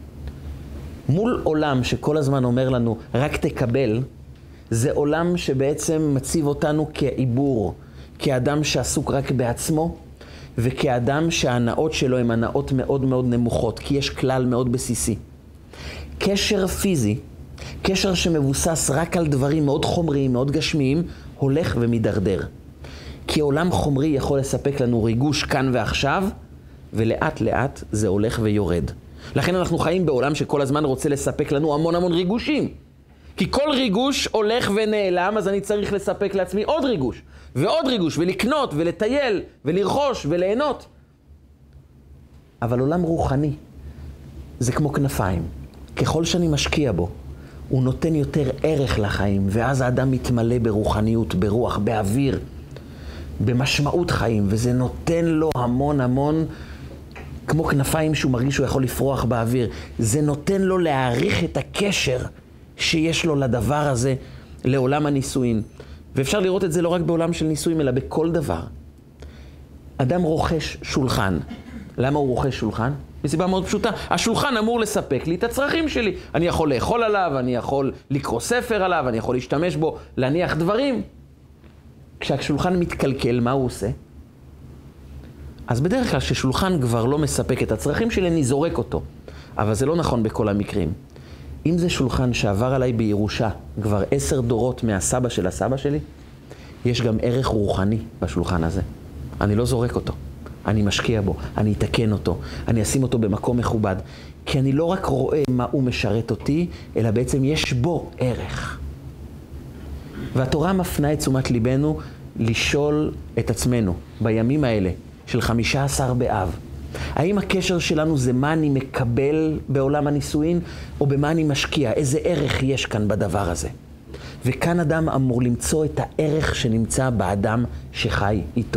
מול עולם שכל הזמן אומר לנו, רק תקבל, זה עולם שבעצם מציב אותנו כעיבור, כאדם שעסוק רק בעצמו, וכאדם שההנאות שלו הן הנאות מאוד מאוד נמוכות, כי יש כלל מאוד בסיסי. קשר פיזי, קשר שמבוסס רק על דברים מאוד חומריים, מאוד גשמיים, הולך ומדרדר. כי עולם חומרי יכול לספק לנו ריגוש כאן ועכשיו, ולאט לאט זה הולך ויורד. לכן אנחנו חיים בעולם שכל הזמן רוצה לספק לנו המון המון ריגושים. כי כל ריגוש הולך ונעלם, אז אני צריך לספק לעצמי עוד ריגוש, ועוד ריגוש, ולקנות, ולטייל, ולרכוש, וליהנות. אבל עולם רוחני, זה כמו כנפיים. ככל שאני משקיע בו, הוא נותן יותר ערך לחיים, ואז האדם מתמלא ברוחניות, ברוח, באוויר, במשמעות חיים, וזה נותן לו המון המון, כמו כנפיים שהוא מרגיש שהוא יכול לפרוח באוויר. זה נותן לו להעריך את הקשר שיש לו לדבר הזה, לעולם הנישואין. ואפשר לראות את זה לא רק בעולם של נישואין, אלא בכל דבר. אדם רוכש שולחן. למה הוא רוכש שולחן? מסיבה מאוד פשוטה. השולחן אמור לספק לי את הצרכים שלי. אני יכול לאכול עליו, אני יכול לקרוא ספר עליו, אני יכול להשתמש בו, להניח דברים. כשהשולחן מתקלקל, מה הוא עושה? אז בדרך כלל ששולחן כבר לא מספק את הצרכים שלי, אני זורק אותו. אבל זה לא נכון בכל המקרים. אם זה שולחן שעבר עליי בירושה כבר עשר דורות מהסבא של הסבא שלי, יש גם ערך רוחני בשולחן הזה. אני לא זורק אותו, אני משקיע בו, אני אתקן אותו, אני אשים אותו במקום מכובד. כי אני לא רק רואה מה הוא משרת אותי, אלא בעצם יש בו ערך. והתורה מפנה את תשומת ליבנו לשאול את עצמנו בימים האלה של חמישה עשר באב. האם הקשר שלנו זה מה אני מקבל בעולם הנישואין, או במה אני משקיע? איזה ערך יש כאן בדבר הזה? וכאן אדם אמור למצוא את הערך שנמצא באדם שחי איתו.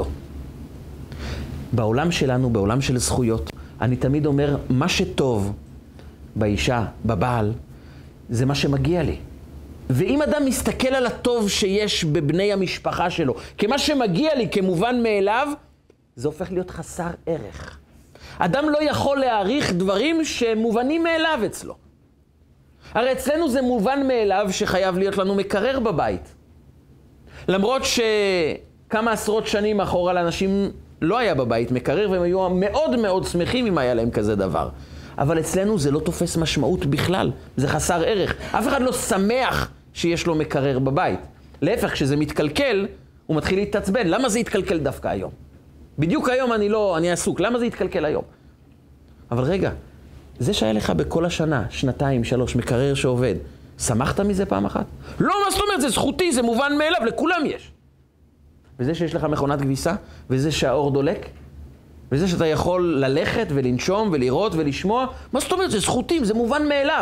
בעולם שלנו, בעולם של זכויות, אני תמיד אומר, מה שטוב באישה, בבעל, זה מה שמגיע לי. ואם אדם מסתכל על הטוב שיש בבני המשפחה שלו, כמה שמגיע לי כמובן מאליו, זה הופך להיות חסר ערך. אדם לא יכול להעריך דברים שמובנים מאליו אצלו. הרי אצלנו זה מובן מאליו שחייב להיות לנו מקרר בבית. למרות שכמה עשרות שנים אחורה לאנשים לא היה בבית מקרר, והם היו מאוד מאוד שמחים אם היה להם כזה דבר. אבל אצלנו זה לא תופס משמעות בכלל, זה חסר ערך. אף אחד לא שמח שיש לו מקרר בבית. להפך, כשזה מתקלקל, הוא מתחיל להתעצבן. למה זה יתקלקל דווקא היום? בדיוק היום אני לא, אני עסוק. למה זה יתקלקל היום? אבל רגע, זה שהיה לך בכל השנה, שנתיים, שלוש, מקרר שעובד. שמחת מזה פעם אחת? לא, מה זאת אומרת? זה זכותי, זה מובן מאליו, לכולם יש. וזה שיש לך מכונת כביסה, וזה שהאור דולק, וזה שאתה יכול ללכת ולנשום ולראות ולשמוע, מה זאת אומרת? זה זכותים, זה מובן מאליו.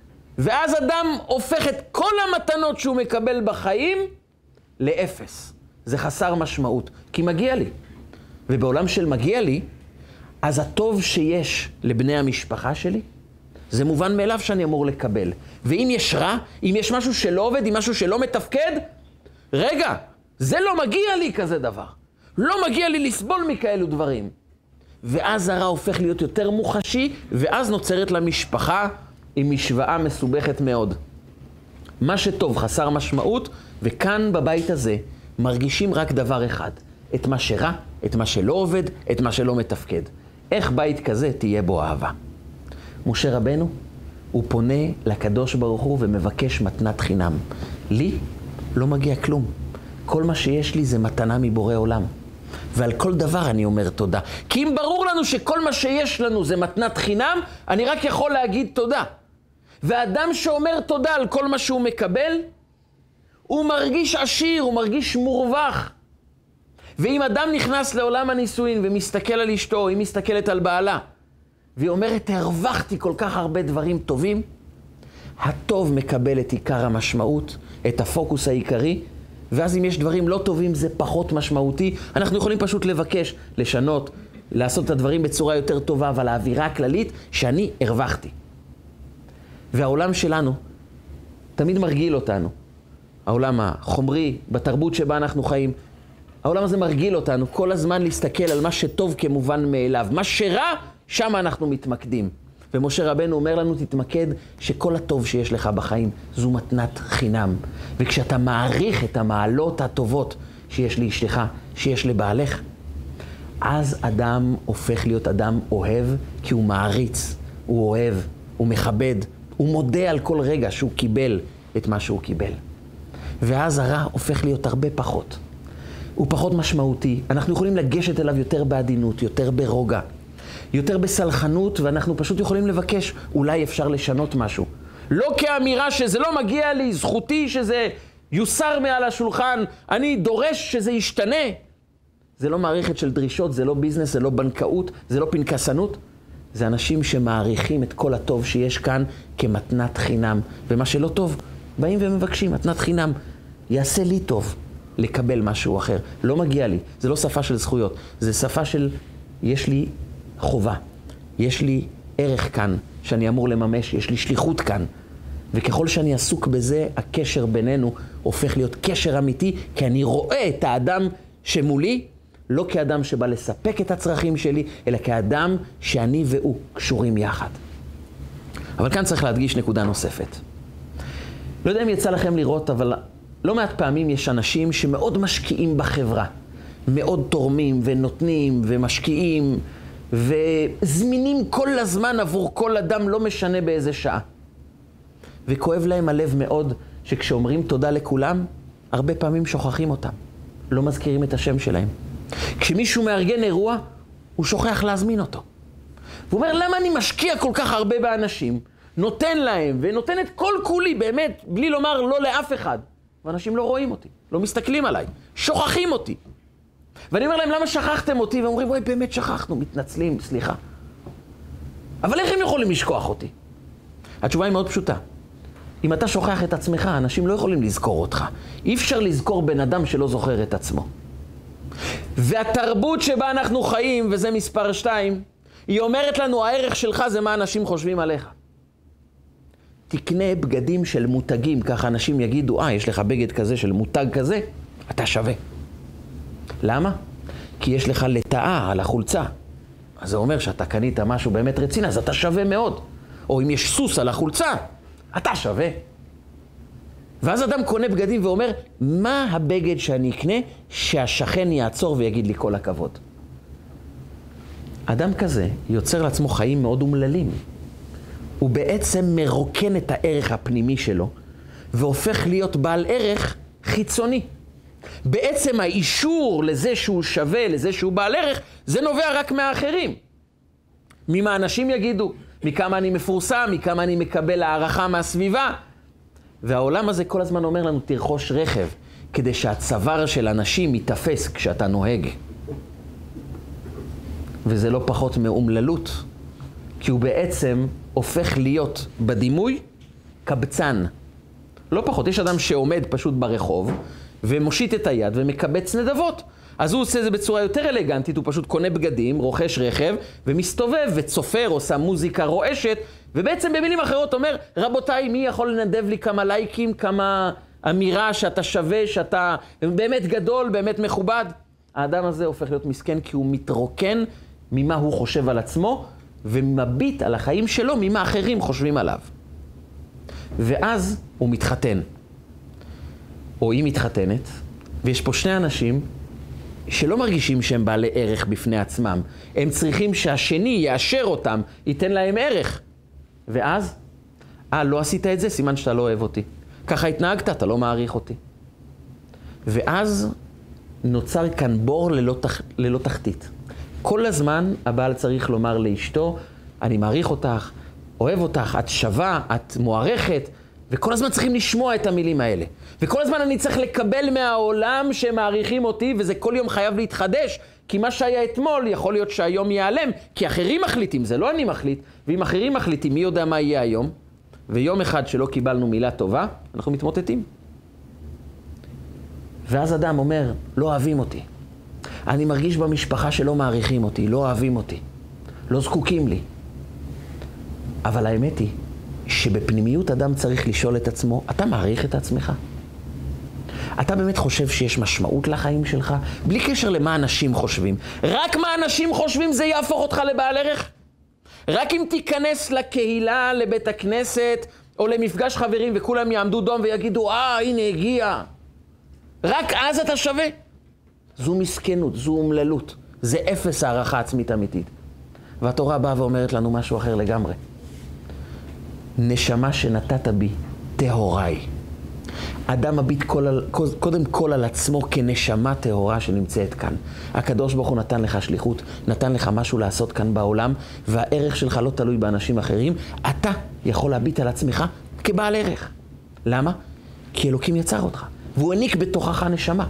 ואז אדם הופך את כל המתנות שהוא מקבל בחיים לאפס. זה חסר משמעות, כי מגיע לי. ובעולם של מגיע לי, אז הטוב שיש לבני המשפחה שלי, זה מובן מאליו שאני אמור לקבל. ואם יש רע, אם יש משהו שלא עובד, אם משהו שלא מתפקד, רגע, זה לא מגיע לי כזה דבר. לא מגיע לי לסבול מכאלו דברים. ואז הרע הופך להיות יותר מוחשי, ואז נוצרת למשפחה עם משוואה מסובכת מאוד. מה שטוב חסר משמעות, וכאן בבית הזה מרגישים רק דבר אחד. את מה שרע, את מה שלא עובד, את מה שלא מתפקד. איך בית כזה תהיה בו אהבה? משה רבנו, הוא פונה לקדוש ברוך הוא ומבקש מתנת חינם. לי לא מגיע כלום. כל מה שיש לי זה מתנה מבורא עולם. ועל כל דבר אני אומר תודה. כי אם ברור לנו שכל מה שיש לנו זה מתנת חינם, אני רק יכול להגיד תודה. ואדם שאומר תודה על כל מה שהוא מקבל, הוא מרגיש עשיר, הוא מרגיש מורווח. ואם אדם נכנס לעולם הנישואין ומסתכל על אשתו, היא מסתכלת על בעלה, והיא אומרת, הרווחתי כל כך הרבה דברים טובים, הטוב מקבל את עיקר המשמעות, את הפוקוס העיקרי, ואז אם יש דברים לא טובים זה פחות משמעותי. אנחנו יכולים פשוט לבקש, לשנות, לעשות את הדברים בצורה יותר טובה, אבל האווירה הכללית שאני הרווחתי. והעולם שלנו תמיד מרגיל אותנו. העולם החומרי, בתרבות שבה אנחנו חיים, העולם הזה מרגיל אותנו כל הזמן להסתכל על מה שטוב כמובן מאליו. מה שרע, שם אנחנו מתמקדים. ומשה רבנו אומר לנו, תתמקד שכל הטוב שיש לך בחיים זו מתנת חינם. וכשאתה מעריך את המעלות הטובות שיש לאשתך, שיש לבעלך, אז אדם הופך להיות אדם אוהב, כי הוא מעריץ, הוא אוהב, הוא מכבד, הוא מודה על כל רגע שהוא קיבל את מה שהוא קיבל. ואז הרע הופך להיות הרבה פחות. הוא פחות משמעותי. אנחנו יכולים לגשת אליו יותר בעדינות, יותר ברוגע, יותר בסלחנות, ואנחנו פשוט יכולים לבקש, אולי אפשר לשנות משהו. לא כאמירה שזה לא מגיע לי, זכותי שזה יוסר מעל השולחן, אני דורש שזה ישתנה. זה לא מערכת של דרישות, זה לא ביזנס, זה לא בנקאות, זה לא פנקסנות. זה אנשים שמעריכים את כל הטוב שיש כאן כמתנת חינם. ומה שלא טוב, באים ומבקשים, מתנת חינם, יעשה לי טוב לקבל משהו אחר. לא מגיע לי, זה לא שפה של זכויות, זה שפה של יש לי חובה, יש לי ערך כאן שאני אמור לממש, יש לי שליחות כאן. וככל שאני עסוק בזה, הקשר בינינו הופך להיות קשר אמיתי, כי אני רואה את האדם שמולי, לא כאדם שבא לספק את הצרכים שלי, אלא כאדם שאני והוא קשורים יחד. אבל כאן צריך להדגיש נקודה נוספת. לא יודע אם יצא לכם לראות, אבל לא מעט פעמים יש אנשים שמאוד משקיעים בחברה. מאוד תורמים ונותנים ומשקיעים וזמינים כל הזמן עבור כל אדם, לא משנה באיזה שעה. וכואב להם הלב מאוד שכשאומרים תודה לכולם, הרבה פעמים שוכחים אותם. לא מזכירים את השם שלהם. כשמישהו מארגן אירוע, הוא שוכח להזמין אותו. הוא אומר, למה אני משקיע כל כך הרבה באנשים, נותן להם ונותן את כל כולי, באמת, בלי לומר לא לאף אחד. ואנשים לא רואים אותי, לא מסתכלים עליי, שוכחים אותי. ואני אומר להם, למה שכחתם אותי? ואומרים, וואי, באמת שכחנו, מתנצלים, סליחה. אבל איך הם יכולים לשכוח אותי? התשובה היא מאוד פשוטה. אם אתה שוכח את עצמך, אנשים לא יכולים לזכור אותך. אי אפשר לזכור בן אדם שלא זוכר את עצמו. והתרבות שבה אנחנו חיים, וזה מספר שתיים, היא אומרת לנו, הערך שלך זה מה אנשים חושבים עליך. תקנה בגדים של מותגים, ככה אנשים יגידו, אה, יש לך בגד כזה של מותג כזה, אתה שווה. למה? כי יש לך לטאה על החולצה. אז זה אומר שאתה קנית משהו באמת רציני, אז אתה שווה מאוד. או אם יש סוס על החולצה, אתה שווה. ואז אדם קונה בגדים ואומר, מה הבגד שאני אקנה שהשכן יעצור ויגיד לי כל הכבוד? אדם כזה יוצר לעצמו חיים מאוד אומללים. הוא בעצם מרוקן את הערך הפנימי שלו, והופך להיות בעל ערך חיצוני. בעצם האישור לזה שהוא שווה, לזה שהוא בעל ערך, זה נובע רק מהאחרים. ממה אנשים יגידו, מכמה אני מפורסם, מכמה אני מקבל הערכה מהסביבה. והעולם הזה כל הזמן אומר לנו, תרכוש רכב, כדי שהצוואר של אנשים יתפס כשאתה נוהג. וזה לא פחות מאומללות, כי הוא בעצם הופך להיות בדימוי קבצן. לא פחות, יש אדם שעומד פשוט ברחוב, ומושיט את היד ומקבץ נדבות. אז הוא עושה את זה בצורה יותר אלגנטית, הוא פשוט קונה בגדים, רוכש רכב, ומסתובב וצופר, עושה מוזיקה רועשת, ובעצם במילים אחרות אומר, רבותיי, מי יכול לנדב לי כמה לייקים, כמה אמירה שאתה שווה, שאתה באמת גדול, באמת מכובד? האדם הזה הופך להיות מסכן כי הוא מתרוקן ממה הוא חושב על עצמו, ומביט על החיים שלו ממה אחרים חושבים עליו. ואז הוא מתחתן, או היא מתחתנת, ויש פה שני אנשים שלא מרגישים שהם בעלי ערך בפני עצמם. הם צריכים שהשני יאשר אותם, ייתן להם ערך. ואז, אה, לא עשית את זה, סימן שאתה לא אוהב אותי. ככה התנהגת, אתה לא מעריך אותי. ואז נוצר כאן בור ללא, תח... ללא תחתית. כל הזמן הבעל צריך לומר לאשתו, אני מעריך אותך, אוהב אותך, את שווה, את מוערכת, וכל הזמן צריכים לשמוע את המילים האלה. וכל הזמן אני צריך לקבל מהעולם שהם מעריכים אותי, וזה כל יום חייב להתחדש, כי מה שהיה אתמול יכול להיות שהיום ייעלם, כי אחרים מחליטים, זה לא אני מחליט, ואם אחרים מחליטים, מי יודע מה יהיה היום? ויום אחד שלא קיבלנו מילה טובה, אנחנו מתמוטטים. ואז אדם אומר, לא אוהבים אותי. אני מרגיש במשפחה שלא מעריכים אותי, לא אוהבים אותי, לא זקוקים לי. אבל האמת היא שבפנימיות אדם צריך לשאול את עצמו, אתה מעריך את עצמך? אתה באמת חושב שיש משמעות לחיים שלך? בלי קשר למה אנשים חושבים. רק מה אנשים חושבים זה יהפוך אותך לבעל ערך? רק אם תיכנס לקהילה, לבית הכנסת, או למפגש חברים וכולם יעמדו דום ויגידו, אה, הנה הגיע. רק אז אתה שווה. זו מסכנות, זו אומללות. זה אפס הערכה עצמית אמיתית. והתורה באה ואומרת לנו משהו אחר לגמרי. נשמה שנתת בי, טהוריי. אדם מביט כל על, קודם כל על עצמו כנשמה טהורה שנמצאת כאן. הקדוש ברוך הוא נתן לך שליחות, נתן לך משהו לעשות כאן בעולם, והערך שלך לא תלוי באנשים אחרים. אתה יכול להביט על עצמך כבעל ערך. למה? כי אלוקים יצר אותך, והוא העניק בתוכך נשמה.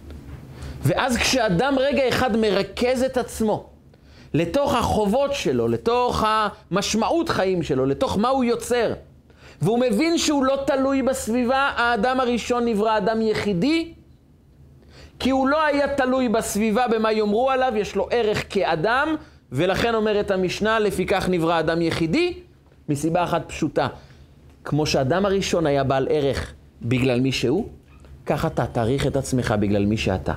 ואז כשאדם רגע אחד מרכז את עצמו, לתוך החובות שלו, לתוך המשמעות חיים שלו, לתוך מה הוא יוצר, והוא מבין שהוא לא תלוי בסביבה, האדם הראשון נברא אדם יחידי, כי הוא לא היה תלוי בסביבה במה יאמרו עליו, יש לו ערך כאדם, ולכן אומרת המשנה, לפיכך נברא אדם יחידי, מסיבה אחת פשוטה. כמו שאדם הראשון היה בעל ערך בגלל מי שהוא, כך אתה תעריך את עצמך בגלל מי שאתה.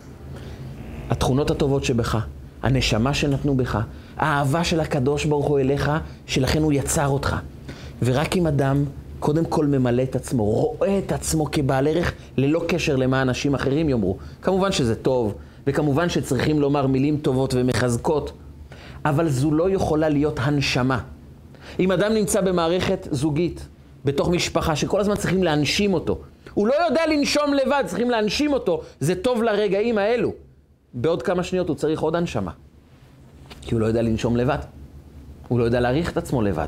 התכונות הטובות שבך, הנשמה שנתנו בך, האהבה של הקדוש ברוך הוא אליך, שלכן הוא יצר אותך. ורק אם אדם קודם כל ממלא את עצמו, רואה את עצמו כבעל ערך, ללא קשר למה אנשים אחרים יאמרו. כמובן שזה טוב, וכמובן שצריכים לומר מילים טובות ומחזקות, אבל זו לא יכולה להיות הנשמה. אם אדם נמצא במערכת זוגית, בתוך משפחה שכל הזמן צריכים להנשים אותו, הוא לא יודע לנשום לבד, צריכים להנשים אותו, זה טוב לרגעים האלו. בעוד כמה שניות הוא צריך עוד הנשמה. כי הוא לא יודע לנשום לבד. הוא לא יודע להעריך את עצמו לבד.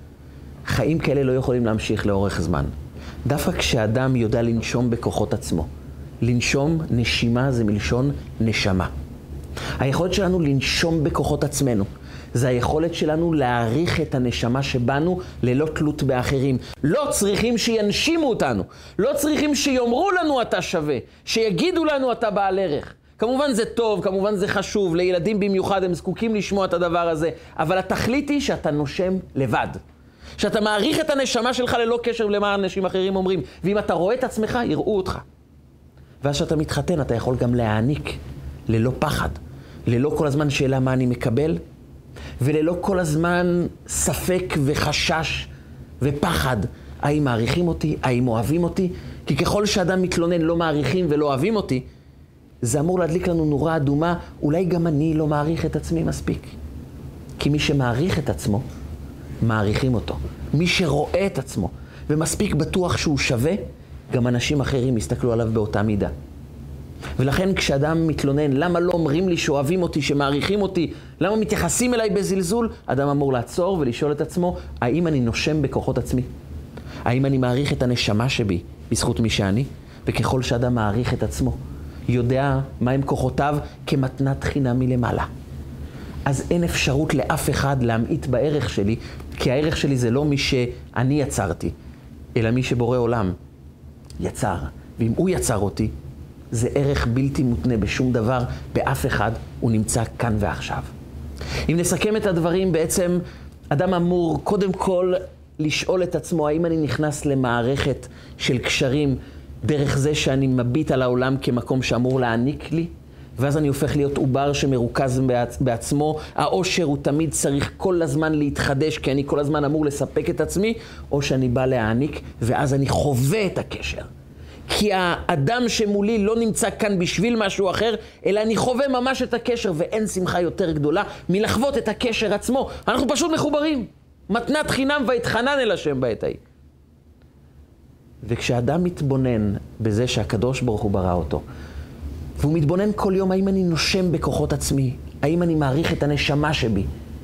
חיים כאלה לא יכולים להמשיך לאורך זמן. דווקא כשאדם יודע לנשום בכוחות עצמו. לנשום, נשימה זה מלשון נשמה. היכולת שלנו לנשום בכוחות עצמנו. זה היכולת שלנו להעריך את הנשמה שבנו ללא תלות באחרים. לא צריכים שינשימו אותנו. לא צריכים שיאמרו לנו אתה שווה. שיגידו לנו אתה בעל ערך. כמובן זה טוב, כמובן זה חשוב, לילדים במיוחד הם זקוקים לשמוע את הדבר הזה, אבל התכלית היא שאתה נושם לבד. שאתה מעריך את הנשמה שלך ללא קשר למה אנשים אחרים אומרים, ואם אתה רואה את עצמך, יראו אותך. ואז שאתה מתחתן, אתה יכול גם להעניק ללא פחד, ללא כל הזמן שאלה מה אני מקבל, וללא כל הזמן ספק וחשש ופחד, האם מעריכים אותי, האם אוהבים אותי, כי ככל שאדם מתלונן לא מעריכים ולא אוהבים אותי, זה אמור להדליק לנו נורה אדומה, אולי גם אני לא מעריך את עצמי מספיק. כי מי שמעריך את עצמו, מעריכים אותו. מי שרואה את עצמו ומספיק בטוח שהוא שווה, גם אנשים אחרים יסתכלו עליו באותה מידה. ולכן כשאדם מתלונן, למה לא אומרים לי שאוהבים אותי, שמעריכים אותי, למה מתייחסים אליי בזלזול, אדם אמור לעצור ולשאול את עצמו, האם אני נושם בכוחות עצמי? האם אני מעריך את הנשמה שבי בזכות מי שאני? וככל שאדם מעריך את עצמו, יודע מהם כוחותיו כמתנת חינם מלמעלה. אז אין אפשרות לאף אחד להמעיט בערך שלי, כי הערך שלי זה לא מי שאני יצרתי, אלא מי שבורא עולם יצר. ואם הוא יצר אותי, זה ערך בלתי מותנה בשום דבר, באף אחד, הוא נמצא כאן ועכשיו. אם נסכם את הדברים, בעצם אדם אמור קודם כל לשאול את עצמו, האם אני נכנס למערכת של קשרים דרך זה שאני מביט על העולם כמקום שאמור להעניק לי, ואז אני הופך להיות עובר שמרוכז בעצמו, העושר הוא תמיד צריך כל הזמן להתחדש, כי אני כל הזמן אמור לספק את עצמי, או שאני בא להעניק, ואז אני חווה את הקשר. כי האדם שמולי לא נמצא כאן בשביל משהו אחר, אלא אני חווה ממש את הקשר, ואין שמחה יותר גדולה מלחוות את הקשר עצמו. אנחנו פשוט מחוברים. מתנת חינם והתחנן אל השם בעת ההיא. וכשאדם מתבונן בזה שהקדוש ברוך הוא ברא אותו, והוא מתבונן כל יום, האם אני נושם בכוחות עצמי, האם אני מעריך את הנשמה שבי,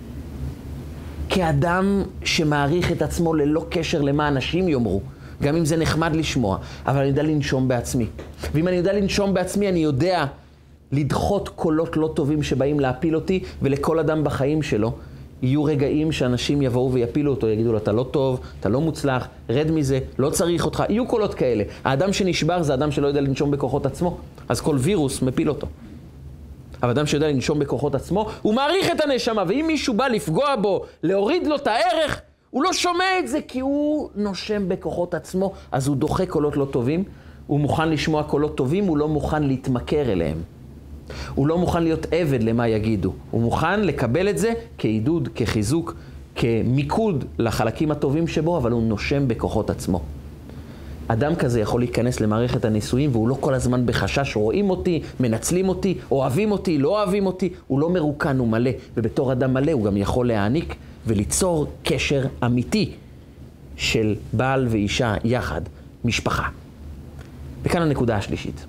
כאדם שמעריך את עצמו ללא קשר למה אנשים יאמרו, גם אם זה נחמד לשמוע, אבל אני יודע לנשום בעצמי. ואם אני יודע לנשום בעצמי, אני יודע לדחות קולות לא טובים שבאים להפיל אותי, ולכל אדם בחיים שלו יהיו רגעים שאנשים יבואו ויפילו אותו, יגידו לו, אתה לא טוב, אתה לא מוצלח, רד מזה, לא צריך אותך. יהיו קולות כאלה. האדם שנשבר זה אדם שלא יודע לנשום בכוחות עצמו, אז כל וירוס מפיל אותו. אבל אדם שיודע לנשום בכוחות עצמו, הוא מעריך את הנשמה, ואם מישהו בא לפגוע בו, להוריד לו את הערך, הוא לא שומע את זה כי הוא נושם בכוחות עצמו, אז הוא דוחה קולות לא טובים, הוא מוכן לשמוע קולות טובים, הוא לא מוכן להתמכר אליהם. הוא לא מוכן להיות עבד למה יגידו. הוא מוכן לקבל את זה כעידוד, כחיזוק, כמיקוד לחלקים הטובים שבו, אבל הוא נושם בכוחות עצמו. אדם כזה יכול להיכנס למערכת הנישואים, והוא לא כל הזמן בחשש, רואים אותי, מנצלים אותי, אוהבים אותי, לא אוהבים אותי, הוא לא מרוקן, הוא מלא, ובתור אדם מלא הוא גם יכול להעניק וליצור קשר אמיתי של בעל ואישה יחד, משפחה. וכאן הנקודה השלישית.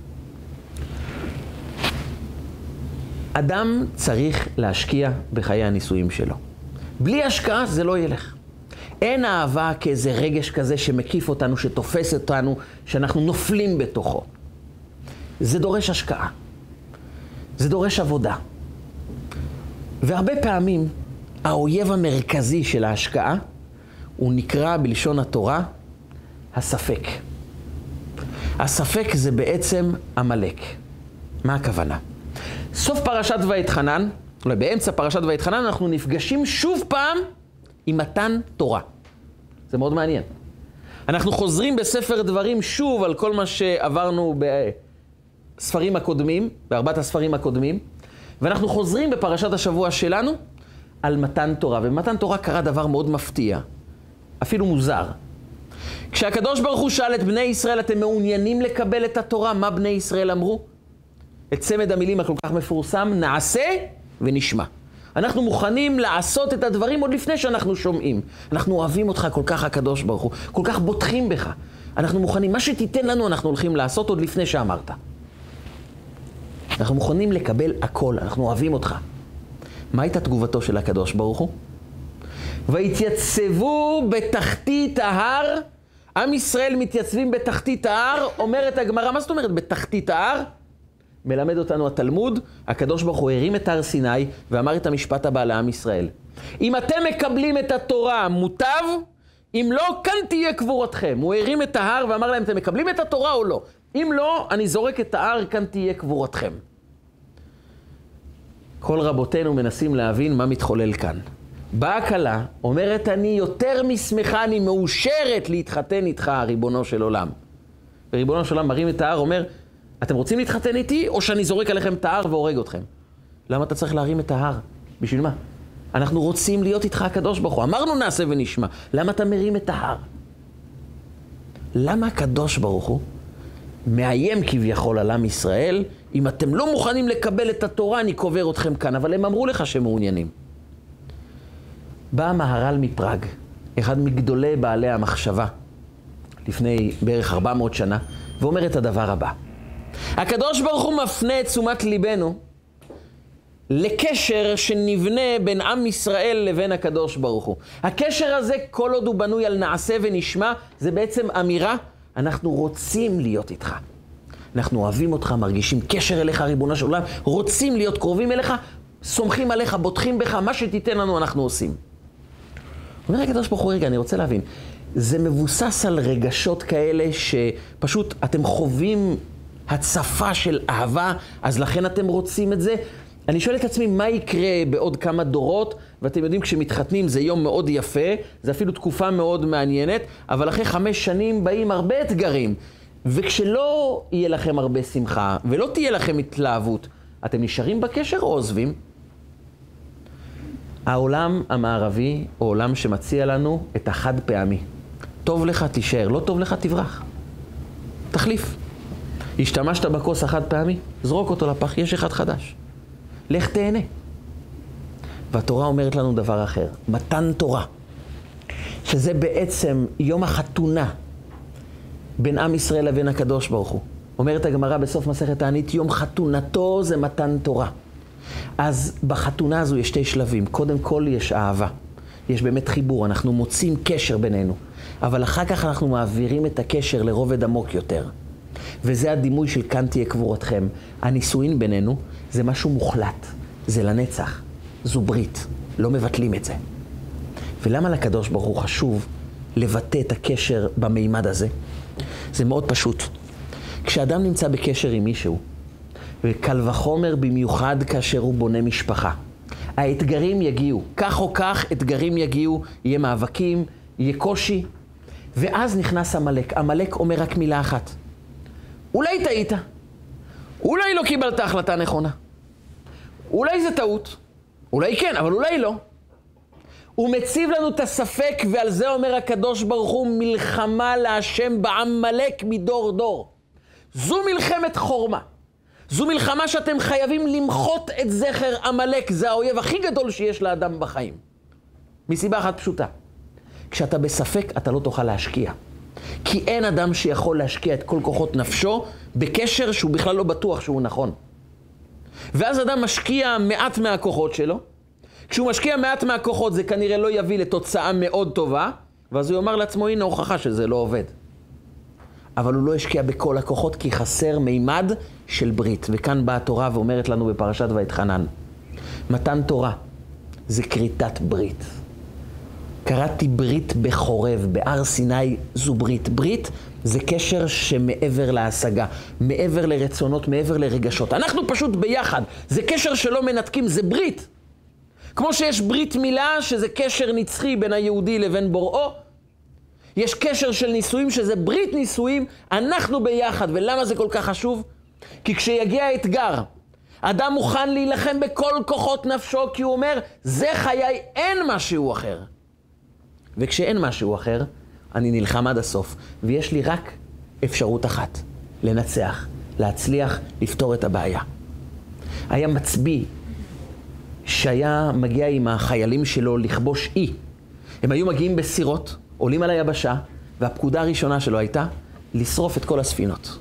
אדם צריך להשקיע בחיי הנישואים שלו. בלי השקעה זה לא ילך. אין אהבה כאיזה רגש כזה שמקיף אותנו, שתופס אותנו, שאנחנו נופלים בתוכו. זה דורש השקעה. זה דורש עבודה. והרבה פעמים האויב המרכזי של ההשקעה הוא נקרא בלשון התורה הספק. הספק זה בעצם עמלק. מה הכוונה? סוף פרשת ויתחנן, אולי באמצע פרשת ויתחנן, אנחנו נפגשים שוב פעם עם מתן תורה. זה מאוד מעניין. אנחנו חוזרים בספר דברים שוב על כל מה שעברנו בספרים הקודמים, בארבעת הספרים הקודמים, ואנחנו חוזרים בפרשת השבוע שלנו על מתן תורה. ובמתן תורה קרה דבר מאוד מפתיע, אפילו מוזר. כשהקדוש ברוך הוא שאל את בני ישראל, אתם מעוניינים לקבל את התורה? מה בני ישראל אמרו? את צמד המילים הכל כך מפורסם, נעשה ונשמע. אנחנו מוכנים לעשות את הדברים עוד לפני שאנחנו שומעים. אנחנו אוהבים אותך כל כך הקדוש ברוך הוא, כל כך בוטחים בך. אנחנו מוכנים, מה שתיתן לנו אנחנו הולכים לעשות עוד לפני שאמרת. אנחנו מוכנים לקבל הכל, אנחנו אוהבים אותך. מה הייתה תגובתו של הקדוש ברוך הוא? והתייצבו בתחתית ההר, עם ישראל מתייצבים בתחתית ההר, אומרת הגמרא, מה זאת אומרת בתחתית ההר? מלמד אותנו התלמוד, הקדוש ברוך הוא הרים את הר סיני ואמר את המשפט הבא לעם ישראל. אם אתם מקבלים את התורה מוטב, אם לא, כאן תהיה קבורתכם. הוא הרים את ההר ואמר להם, אתם מקבלים את התורה או לא? אם לא, אני זורק את ההר, כאן תהיה קבורתכם. כל רבותינו מנסים להבין מה מתחולל כאן. באה כלה, אומרת, אני יותר משמחה, אני מאושרת להתחתן איתך, ריבונו של עולם. וריבונו של עולם מרים את ההר, אומר, אתם רוצים להתחתן איתי, או שאני זורק עליכם את ההר והורג אתכם? למה אתה צריך להרים את ההר? בשביל מה? אנחנו רוצים להיות איתך הקדוש ברוך הוא. אמרנו נעשה ונשמע. למה אתה מרים את ההר? למה הקדוש ברוך הוא מאיים כביכול על עם ישראל, אם אתם לא מוכנים לקבל את התורה, אני קובר אתכם כאן, אבל הם אמרו לך שהם מעוניינים. בא מהר"ל מפראג, אחד מגדולי בעלי המחשבה, לפני בערך ארבע מאות שנה, ואומר את הדבר הבא. הקדוש ברוך הוא מפנה את תשומת ליבנו לקשר שנבנה בין עם ישראל לבין הקדוש ברוך הוא. הקשר הזה, כל עוד הוא בנוי על נעשה ונשמע, זה בעצם אמירה, אנחנו רוצים להיות איתך. אנחנו אוהבים אותך, מרגישים קשר אליך, ריבונו של עולם, רוצים להיות קרובים אליך, סומכים עליך, בוטחים בך, מה שתיתן לנו אנחנו עושים. אומר הקדוש ברוך הוא, רגע, אני רוצה להבין, זה מבוסס על רגשות כאלה שפשוט אתם חווים הצפה של אהבה, אז לכן אתם רוצים את זה. אני שואל את עצמי, מה יקרה בעוד כמה דורות? ואתם יודעים, כשמתחתנים זה יום מאוד יפה, זה אפילו תקופה מאוד מעניינת, אבל אחרי חמש שנים באים הרבה אתגרים. וכשלא יהיה לכם הרבה שמחה, ולא תהיה לכם התלהבות, אתם נשארים בקשר או עוזבים? העולם המערבי הוא עולם שמציע לנו את החד פעמי. טוב לך תישאר, לא טוב לך תברח. תחליף. השתמשת בכוס החד פעמי, זרוק אותו לפח, יש אחד חדש. לך תהנה. והתורה אומרת לנו דבר אחר, מתן תורה, שזה בעצם יום החתונה בין עם ישראל לבין הקדוש ברוך הוא. אומרת הגמרא בסוף מסכת תענית, יום חתונתו זה מתן תורה. אז בחתונה הזו יש שתי שלבים. קודם כל יש אהבה. יש באמת חיבור, אנחנו מוצאים קשר בינינו. אבל אחר כך אנחנו מעבירים את הקשר לרובד עמוק יותר. וזה הדימוי של כאן תהיה קבורתכם. הנישואין בינינו זה משהו מוחלט. זה לנצח. זו ברית. לא מבטלים את זה. ולמה לקדוש ברוך הוא חשוב לבטא את הקשר במימד הזה? זה מאוד פשוט. כשאדם נמצא בקשר עם מישהו, וקל וחומר במיוחד כאשר הוא בונה משפחה, האתגרים יגיעו. כך או כך אתגרים יגיעו, יהיה מאבקים, יהיה קושי, ואז נכנס המלאק. המלאק אומר רק מילה אחת. אולי טעית. אולי לא קיבלת החלטה נכונה. אולי זה טעות. אולי כן, אבל אולי לא. הוא מציב לנו את הספק, ועל זה אומר הקדוש ברוך הוא, מלחמה להשם בעמלק מדור דור. זו מלחמת חורמה. זו מלחמה שאתם חייבים למחות את זכר עמלק. זה האויב הכי גדול שיש לאדם בחיים. מסיבה אחת פשוטה. כשאתה בספק, אתה לא תוכל להשקיע. כי אין אדם שיכול להשקיע את כל כוחות נפשו בקשר שהוא בכלל לא בטוח שהוא נכון. ואז אדם משקיע מעט מהכוחות שלו. כשהוא משקיע מעט מהכוחות זה כנראה לא יביא לתוצאה מאוד טובה, ואז הוא יאמר לעצמו, הנה הוכחה שזה לא עובד. אבל הוא לא השקיע בכל הכוחות כי חסר מימד של ברית. וכאן באה התורה ואומרת לנו בפרשת ואתחנן, מתן תורה זה כריתת ברית. קראתי ברית בחורב, בהר סיני זו ברית. ברית זה קשר שמעבר להשגה, מעבר לרצונות, מעבר לרגשות. אנחנו פשוט ביחד, זה קשר שלא מנתקים, זה ברית. כמו שיש ברית מילה שזה קשר נצחי בין היהודי לבין בוראו, יש קשר של נישואים שזה ברית נישואים, אנחנו ביחד. ולמה זה כל כך חשוב? כי כשיגיע האתגר, אדם מוכן להילחם בכל כוחות נפשו, כי הוא אומר, זה חיי, אין משהו אחר. וכשאין משהו אחר, אני נלחם עד הסוף, ויש לי רק אפשרות אחת, לנצח, להצליח, לפתור את הבעיה. היה מצביא שהיה מגיע עם החיילים שלו לכבוש אי. הם היו מגיעים בסירות, עולים על היבשה, והפקודה הראשונה שלו הייתה לשרוף את כל הספינות.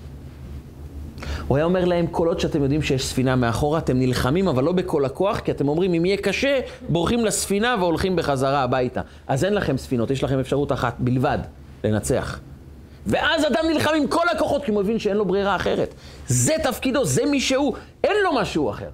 הוא היה אומר להם, כל עוד שאתם יודעים שיש ספינה מאחורה, אתם נלחמים, אבל לא בכל הכוח, כי אתם אומרים, אם יהיה קשה, בורחים לספינה והולכים בחזרה הביתה. אז אין לכם ספינות, יש לכם אפשרות אחת בלבד, לנצח. ואז אדם נלחם עם כל הכוחות, כי הוא מבין שאין לו ברירה אחרת. זה תפקידו, זה מי שהוא, אין לו משהו אחר.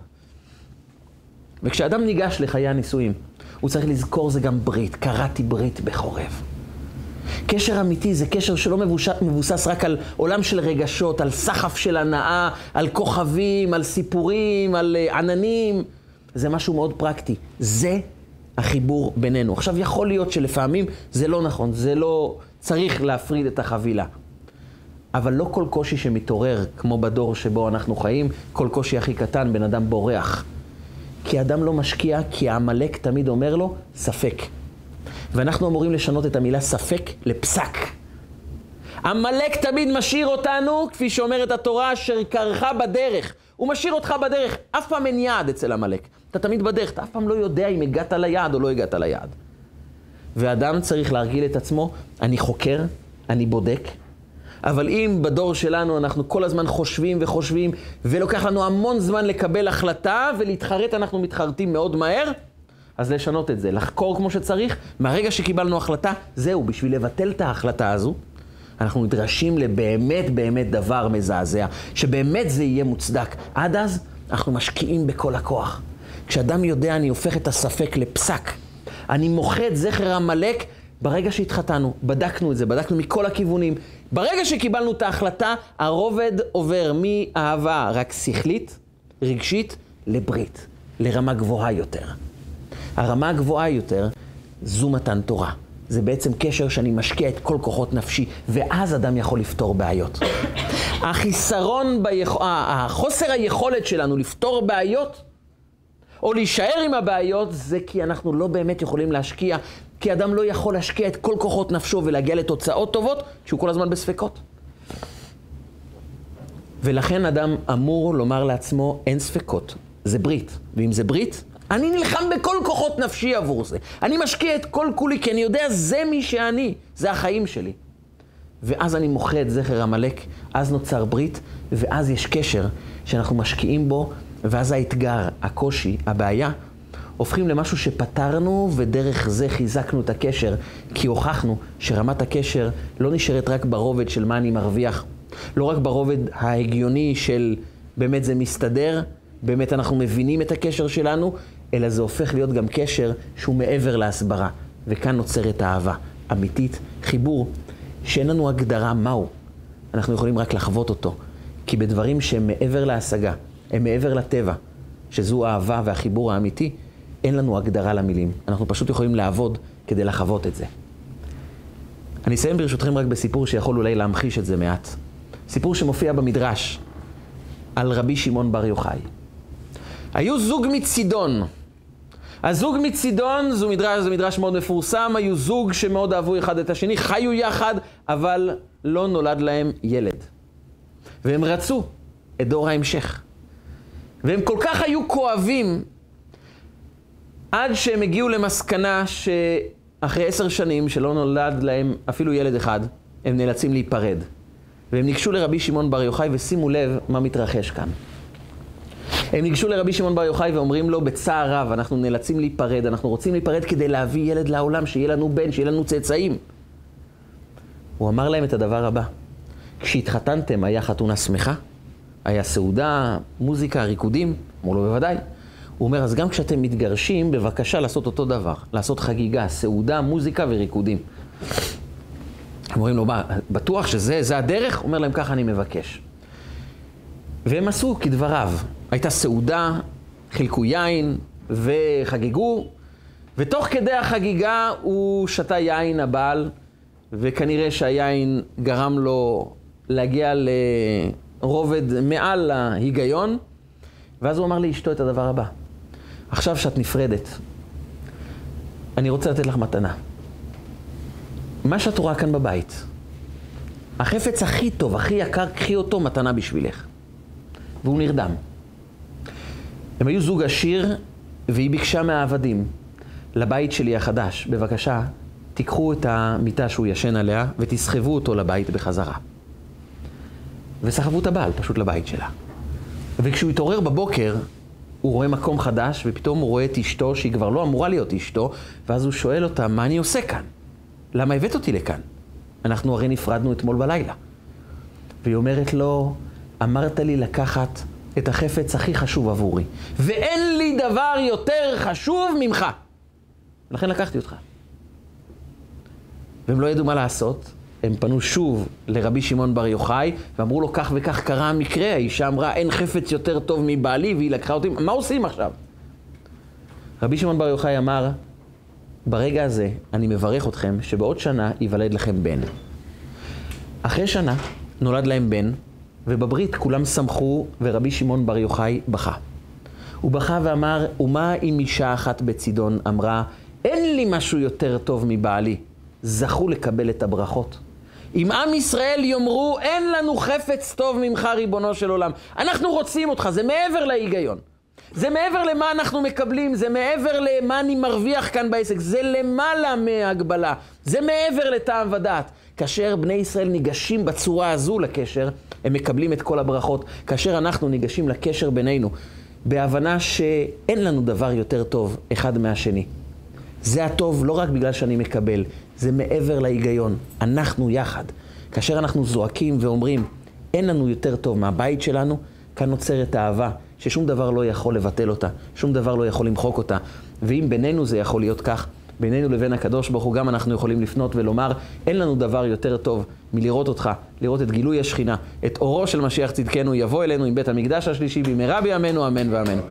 וכשאדם ניגש לחיי הנישואים, הוא צריך לזכור זה גם ברית, קראתי ברית בחורב. קשר אמיתי זה קשר שלא מבוסס רק על עולם של רגשות, על סחף של הנאה, על כוכבים, על סיפורים, על עננים. זה משהו מאוד פרקטי. זה החיבור בינינו. עכשיו יכול להיות שלפעמים זה לא נכון, זה לא צריך להפריד את החבילה. אבל לא כל קושי שמתעורר, כמו בדור שבו אנחנו חיים, כל קושי הכי קטן, בן אדם בורח. כי אדם לא משקיע, כי העמלק תמיד אומר לו, ספק. ואנחנו אמורים לשנות את המילה ספק לפסק. עמלק תמיד משאיר אותנו, כפי שאומרת התורה, אשר קרחה בדרך. הוא משאיר אותך בדרך, אף פעם אין יעד אצל עמלק. אתה תמיד בדרך, אתה אף פעם לא יודע אם הגעת ליעד או לא הגעת ליעד. ואדם צריך להרגיל את עצמו, אני חוקר, אני בודק, אבל אם בדור שלנו אנחנו כל הזמן חושבים וחושבים, ולוקח לנו המון זמן לקבל החלטה, ולהתחרט אנחנו מתחרטים מאוד מהר, אז לשנות את זה, לחקור כמו שצריך, מהרגע שקיבלנו החלטה, זהו, בשביל לבטל את ההחלטה הזו, אנחנו נדרשים לבאמת באמת דבר מזעזע, שבאמת זה יהיה מוצדק. עד אז אנחנו משקיעים בכל הכוח. כשאדם יודע, אני הופך את הספק לפסק. אני מוחה את זכר עמלק ברגע שהתחתנו, בדקנו את זה, בדקנו מכל הכיוונים, ברגע שקיבלנו את ההחלטה, הרובד עובר מאהבה רק שכלית, רגשית, לברית, לרמה גבוהה יותר. הרמה הגבוהה יותר זו מתן תורה. זה בעצם קשר שאני משקיע את כל כוחות נפשי, ואז אדם יכול לפתור בעיות. החיסרון, ביכ... החוסר היכולת שלנו לפתור בעיות, או להישאר עם הבעיות, זה כי אנחנו לא באמת יכולים להשקיע, כי אדם לא יכול להשקיע את כל כוחות נפשו ולהגיע לתוצאות טובות, שהוא כל הזמן בספקות. ולכן אדם אמור לומר לעצמו, אין ספקות, זה ברית. ואם זה ברית, אני נלחם בכל כוחות נפשי עבור זה. אני משקיע את כל כולי, כי אני יודע, זה מי שאני, זה החיים שלי. ואז אני מוחה את זכר עמלק, אז נוצר ברית, ואז יש קשר שאנחנו משקיעים בו, ואז האתגר, הקושי, הבעיה, הופכים למשהו שפתרנו, ודרך זה חיזקנו את הקשר, כי הוכחנו שרמת הקשר לא נשארת רק ברובד של מה אני מרוויח, לא רק ברובד ההגיוני של באמת זה מסתדר, באמת אנחנו מבינים את הקשר שלנו, אלא זה הופך להיות גם קשר שהוא מעבר להסברה. וכאן נוצרת האהבה אמיתית, חיבור שאין לנו הגדרה מהו. אנחנו יכולים רק לחוות אותו, כי בדברים שהם מעבר להשגה, הם מעבר לטבע, שזו האהבה והחיבור האמיתי, אין לנו הגדרה למילים. אנחנו פשוט יכולים לעבוד כדי לחוות את זה. אני אסיים ברשותכם רק בסיפור שיכול אולי להמחיש את זה מעט. סיפור שמופיע במדרש על רבי שמעון בר יוחאי. היו זוג מצידון. הזוג מצידון, זו מדרש, זה מדרש מאוד מפורסם, היו זוג שמאוד אהבו אחד את השני, חיו יחד, אבל לא נולד להם ילד. והם רצו את דור ההמשך. והם כל כך היו כואבים, עד שהם הגיעו למסקנה שאחרי עשר שנים שלא נולד להם אפילו ילד אחד, הם נאלצים להיפרד. והם ניגשו לרבי שמעון בר יוחאי ושימו לב מה מתרחש כאן. הם ניגשו לרבי שמעון בר יוחאי ואומרים לו בצער רב, אנחנו נאלצים להיפרד, אנחנו רוצים להיפרד כדי להביא ילד לעולם, שיהיה לנו בן, שיהיה לנו צאצאים. הוא אמר להם את הדבר הבא, כשהתחתנתם היה חתונה שמחה, היה סעודה, מוזיקה, ריקודים, אמרו לו בוודאי. הוא אומר, אז גם כשאתם מתגרשים, בבקשה לעשות אותו דבר, לעשות חגיגה, סעודה, מוזיקה וריקודים. הם אומרים לו, מה, בטוח שזה זה הדרך? הוא אומר להם, ככה אני מבקש. והם עשו כדבריו. הייתה סעודה, חילקו יין וחגגו, ותוך כדי החגיגה הוא שתה יין הבעל, וכנראה שהיין גרם לו להגיע לרובד מעל ההיגיון, ואז הוא אמר לאשתו את הדבר הבא. עכשיו שאת נפרדת, אני רוצה לתת לך מתנה. מה שאת רואה כאן בבית, החפץ הכי טוב, הכי יקר, קחי אותו מתנה בשבילך. והוא נרדם. הם היו זוג עשיר, והיא ביקשה מהעבדים, לבית שלי החדש, בבקשה, תיקחו את המיטה שהוא ישן עליה, ותסחבו אותו לבית בחזרה. וסחבו את הבעל פשוט לבית שלה. וכשהוא התעורר בבוקר, הוא רואה מקום חדש, ופתאום הוא רואה את אשתו, שהיא כבר לא אמורה להיות אשתו, ואז הוא שואל אותה, מה אני עושה כאן? למה הבאת אותי לכאן? אנחנו הרי נפרדנו אתמול בלילה. והיא אומרת לו, אמרת לי לקחת את החפץ הכי חשוב עבורי, ואין לי דבר יותר חשוב ממך. לכן לקחתי אותך. והם לא ידעו מה לעשות. הם פנו שוב לרבי שמעון בר יוחאי, ואמרו לו, כך וכך קרה המקרה. האישה אמרה, אין חפץ יותר טוב מבעלי, והיא לקחה אותי. מה עושים עכשיו? רבי שמעון בר יוחאי אמר, ברגע הזה אני מברך אתכם שבעוד שנה ייוולד לכם בן. אחרי שנה נולד להם בן, ובברית כולם שמחו, ורבי שמעון בר יוחאי בכה. הוא בכה ואמר, ומה אם אישה אחת בצידון אמרה, אין לי משהו יותר טוב מבעלי, זכו לקבל את הברכות. אם עם ישראל יאמרו, אין לנו חפץ טוב ממך ריבונו של עולם, אנחנו רוצים אותך, זה מעבר להיגיון. זה מעבר למה אנחנו מקבלים, זה מעבר למה אני מרוויח כאן בעסק, זה למעלה מהגבלה, זה מעבר לטעם ודעת. כאשר בני ישראל ניגשים בצורה הזו לקשר, הם מקבלים את כל הברכות. כאשר אנחנו ניגשים לקשר בינינו, בהבנה שאין לנו דבר יותר טוב אחד מהשני. זה הטוב לא רק בגלל שאני מקבל, זה מעבר להיגיון. אנחנו יחד. כאשר אנחנו זועקים ואומרים, אין לנו יותר טוב מהבית שלנו, כאן נוצרת האהבה, ששום דבר לא יכול לבטל אותה, שום דבר לא יכול למחוק אותה. ואם בינינו זה יכול להיות כך, בינינו לבין הקדוש ברוך הוא, גם אנחנו יכולים לפנות ולומר, אין לנו דבר יותר טוב מלראות אותך, לראות את גילוי השכינה, את אורו של משיח צדקנו יבוא אלינו עם בית המקדש השלישי, במהרה בימינו, אמן ואמן.